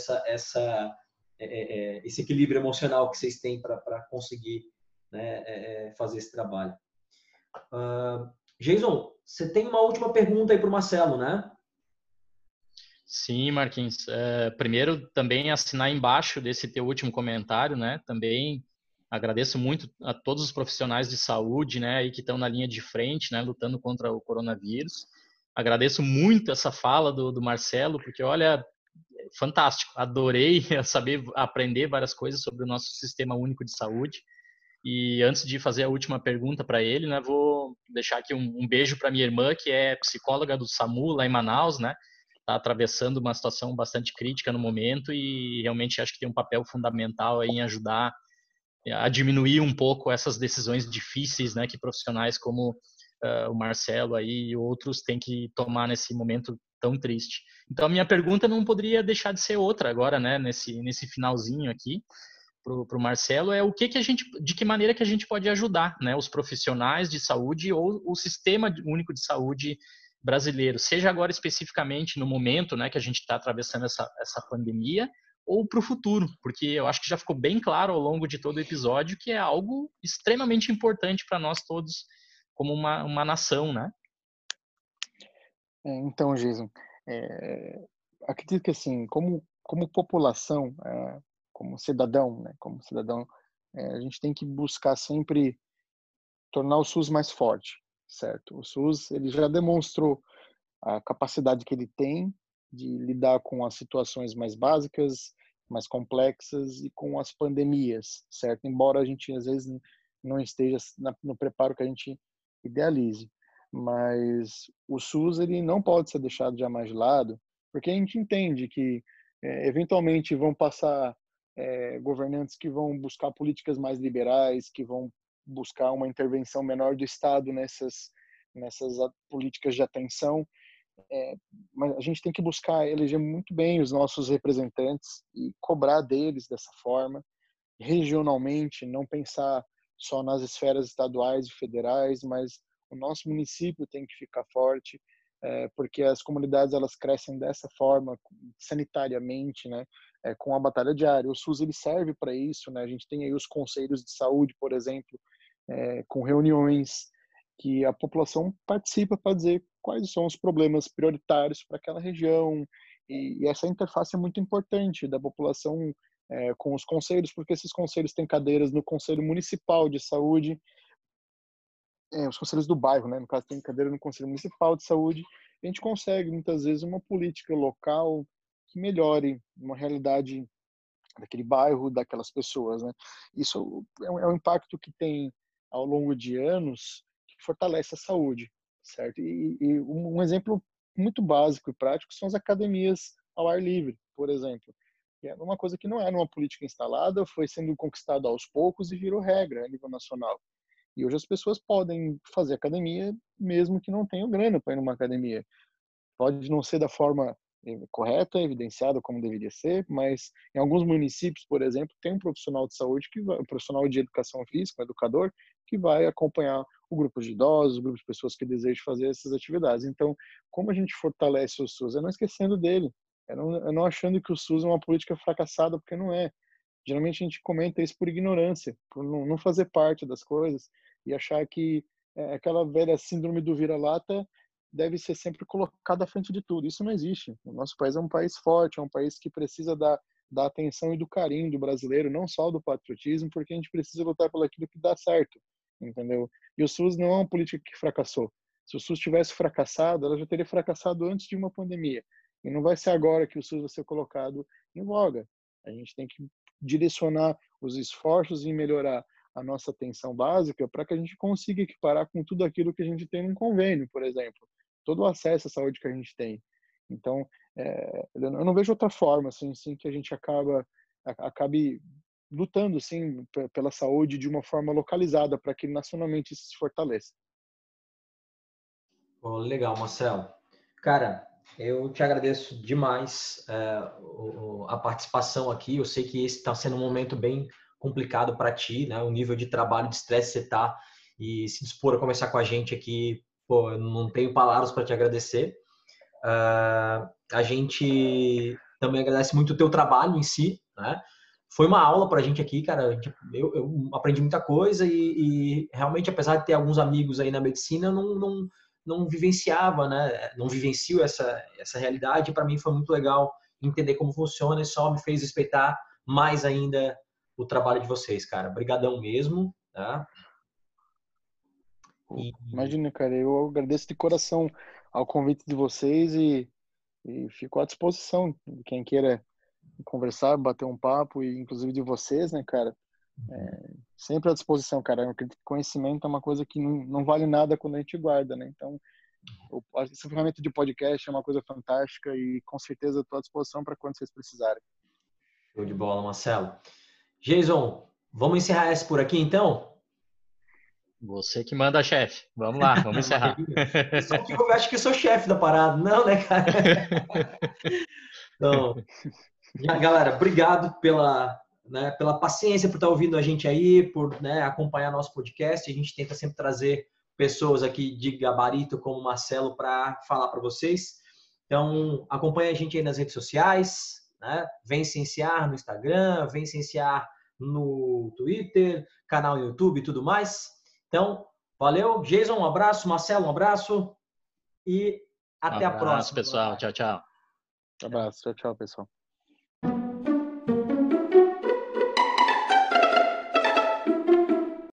esse equilíbrio emocional que vocês têm para conseguir, né, fazer esse trabalho. Jason, você tem uma última pergunta aí para o Marcelo, né?
Sim, Marquinhos. Primeiro, também assinar embaixo desse teu último comentário, né? Também agradeço muito a todos os profissionais de saúde, né, aí que estão na linha de frente, né, lutando contra o coronavírus. Agradeço muito essa fala do Marcelo, porque, olha, fantástico. Adorei saber aprender várias coisas sobre o nosso Sistema Único de Saúde. E antes de fazer a última pergunta para ele, né, vou deixar aqui um beijo para minha irmã, que é psicóloga do SAMU lá em Manaus, né? Está atravessando uma situação bastante crítica no momento e realmente acho que tem um papel fundamental aí em ajudar a diminuir um pouco essas decisões difíceis, né, que profissionais como o Marcelo aí e outros têm que tomar nesse momento tão triste. Então a minha pergunta não poderia deixar de ser outra agora, né, nesse finalzinho aqui para o Marcelo, é de que maneira que a gente pode ajudar, né, os profissionais de saúde ou o Sistema Único de Saúde brasileiro, seja agora especificamente no momento, né, que a gente está atravessando essa pandemia, ou para o futuro, porque eu acho que já ficou bem claro ao longo de todo o episódio que é algo extremamente importante para nós todos como uma nação, né?
Então, Jason, acredito que assim, como população, como cidadão, né, a gente tem que buscar sempre tornar o SUS mais forte, certo? O SUS ele já demonstrou a capacidade que ele tem de lidar com as situações mais básicas, mais complexas e com as pandemias, certo? Embora a gente às vezes não esteja no preparo que a gente idealize, mas o SUS ele não pode ser deixado jamais de lado, porque a gente entende que eventualmente vão passar governantes que vão buscar políticas mais liberais, que vão buscar uma intervenção menor do Estado nessas políticas de atenção. Mas a gente tem que buscar eleger muito bem os nossos representantes e cobrar deles dessa forma, regionalmente, não pensar só nas esferas estaduais e federais, mas o nosso município tem que ficar forte, porque as comunidades elas crescem dessa forma, sanitariamente, né? Com a batalha diária. O SUS ele serve para isso, né? A gente tem aí os conselhos de saúde, por exemplo, com reuniões que a população participa para dizer quais são os problemas prioritários para aquela região, e essa interface é muito importante da população com os conselhos, porque esses conselhos têm cadeiras no Conselho Municipal de Saúde, os conselhos do bairro, né? No caso, tem cadeira no Conselho Municipal de Saúde. A gente consegue, muitas vezes, uma política local que melhore uma realidade daquele bairro, daquelas pessoas, né? Isso é um impacto que tem ao longo de anos que fortalece a saúde, certo? E um exemplo muito básico e prático são as academias ao ar livre, por exemplo. Que é uma coisa que não era uma política instalada, foi sendo conquistada aos poucos e virou regra a nível nacional. E hoje as pessoas podem fazer academia mesmo que não tenham grana para ir numa academia. Pode não ser da forma correta, evidenciada como deveria ser, mas em alguns municípios, por exemplo, tem um profissional de saúde um profissional de educação física, um educador, que vai acompanhar o grupo de idosos, o grupo de pessoas que desejam fazer essas atividades. Então, como a gente fortalece o SUS? É não esquecendo dele, é não achando que o SUS é uma política fracassada, porque não é. Geralmente a gente comenta isso por ignorância, por não fazer parte das coisas e achar que aquela velha síndrome do vira-lata deve ser sempre colocada à frente de tudo. Isso não existe. O nosso país é um país forte, é um país que precisa da atenção e do carinho do brasileiro, não só do patriotismo, porque a gente precisa lutar pelo aquilo que dá certo, entendeu? E o SUS não é uma política que fracassou. Se o SUS tivesse fracassado, ela já teria fracassado antes de uma pandemia. E não vai ser agora que o SUS vai ser colocado em voga. A gente tem que direcionar os esforços em melhorar a nossa atenção básica para que a gente consiga equiparar com tudo aquilo que a gente tem no convênio, por exemplo. Todo o acesso à saúde que a gente tem. Então, eu não vejo outra forma assim que a gente acabe lutando assim pela saúde de uma forma localizada para que nacionalmente isso se fortaleça.
Oh, legal, Marcelo. Cara, eu te agradeço demais a participação aqui. Eu sei que esse está sendo um momento bem complicado para ti, né? O nível de trabalho, de estresse que você está e se dispor a conversar com a gente aqui, pô, eu não tenho palavras para te agradecer. A gente também agradece muito o teu trabalho em si, né? Foi uma aula para a gente aqui, cara. Eu aprendi muita coisa e realmente, apesar de ter alguns amigos aí na medicina, não vivenciava, né? Não vivencio essa realidade. Para mim foi muito legal entender como funciona e só me fez respeitar mais ainda o trabalho de vocês, cara. Obrigadão mesmo, tá?
Imagina, cara, eu agradeço de coração ao convite de vocês e fico à disposição de quem queira conversar, bater um papo e inclusive de vocês, né, cara? Sempre à disposição, cara. Eu acredito que conhecimento é uma coisa que não vale nada quando a gente guarda, né? Então, essa ferramenta de podcast é uma coisa fantástica e com certeza estou à disposição para quando vocês precisarem.
Show de bola, Marcelo. Jason, vamos encerrar essa por aqui então?
Você que manda, chefe. Vamos lá, vamos encerrar.
Só que eu acho que eu sou chefe da parada. Não, né, cara? Então, galera, obrigado pela paciência, por estar ouvindo a gente aí, por, né, acompanhar nosso podcast. A gente tenta sempre trazer pessoas aqui de gabarito como o Marcelo para falar para vocês. Então, acompanha a gente aí nas redes sociais, né? Vem Cienciar no Instagram, Vem Cienciar no Twitter, canal no YouTube e tudo mais. Então, valeu. Jason, um abraço. Marcelo, um abraço. E até a próxima.
Pessoal. Tchau, tchau.
Um abraço. Tchau, tchau, pessoal.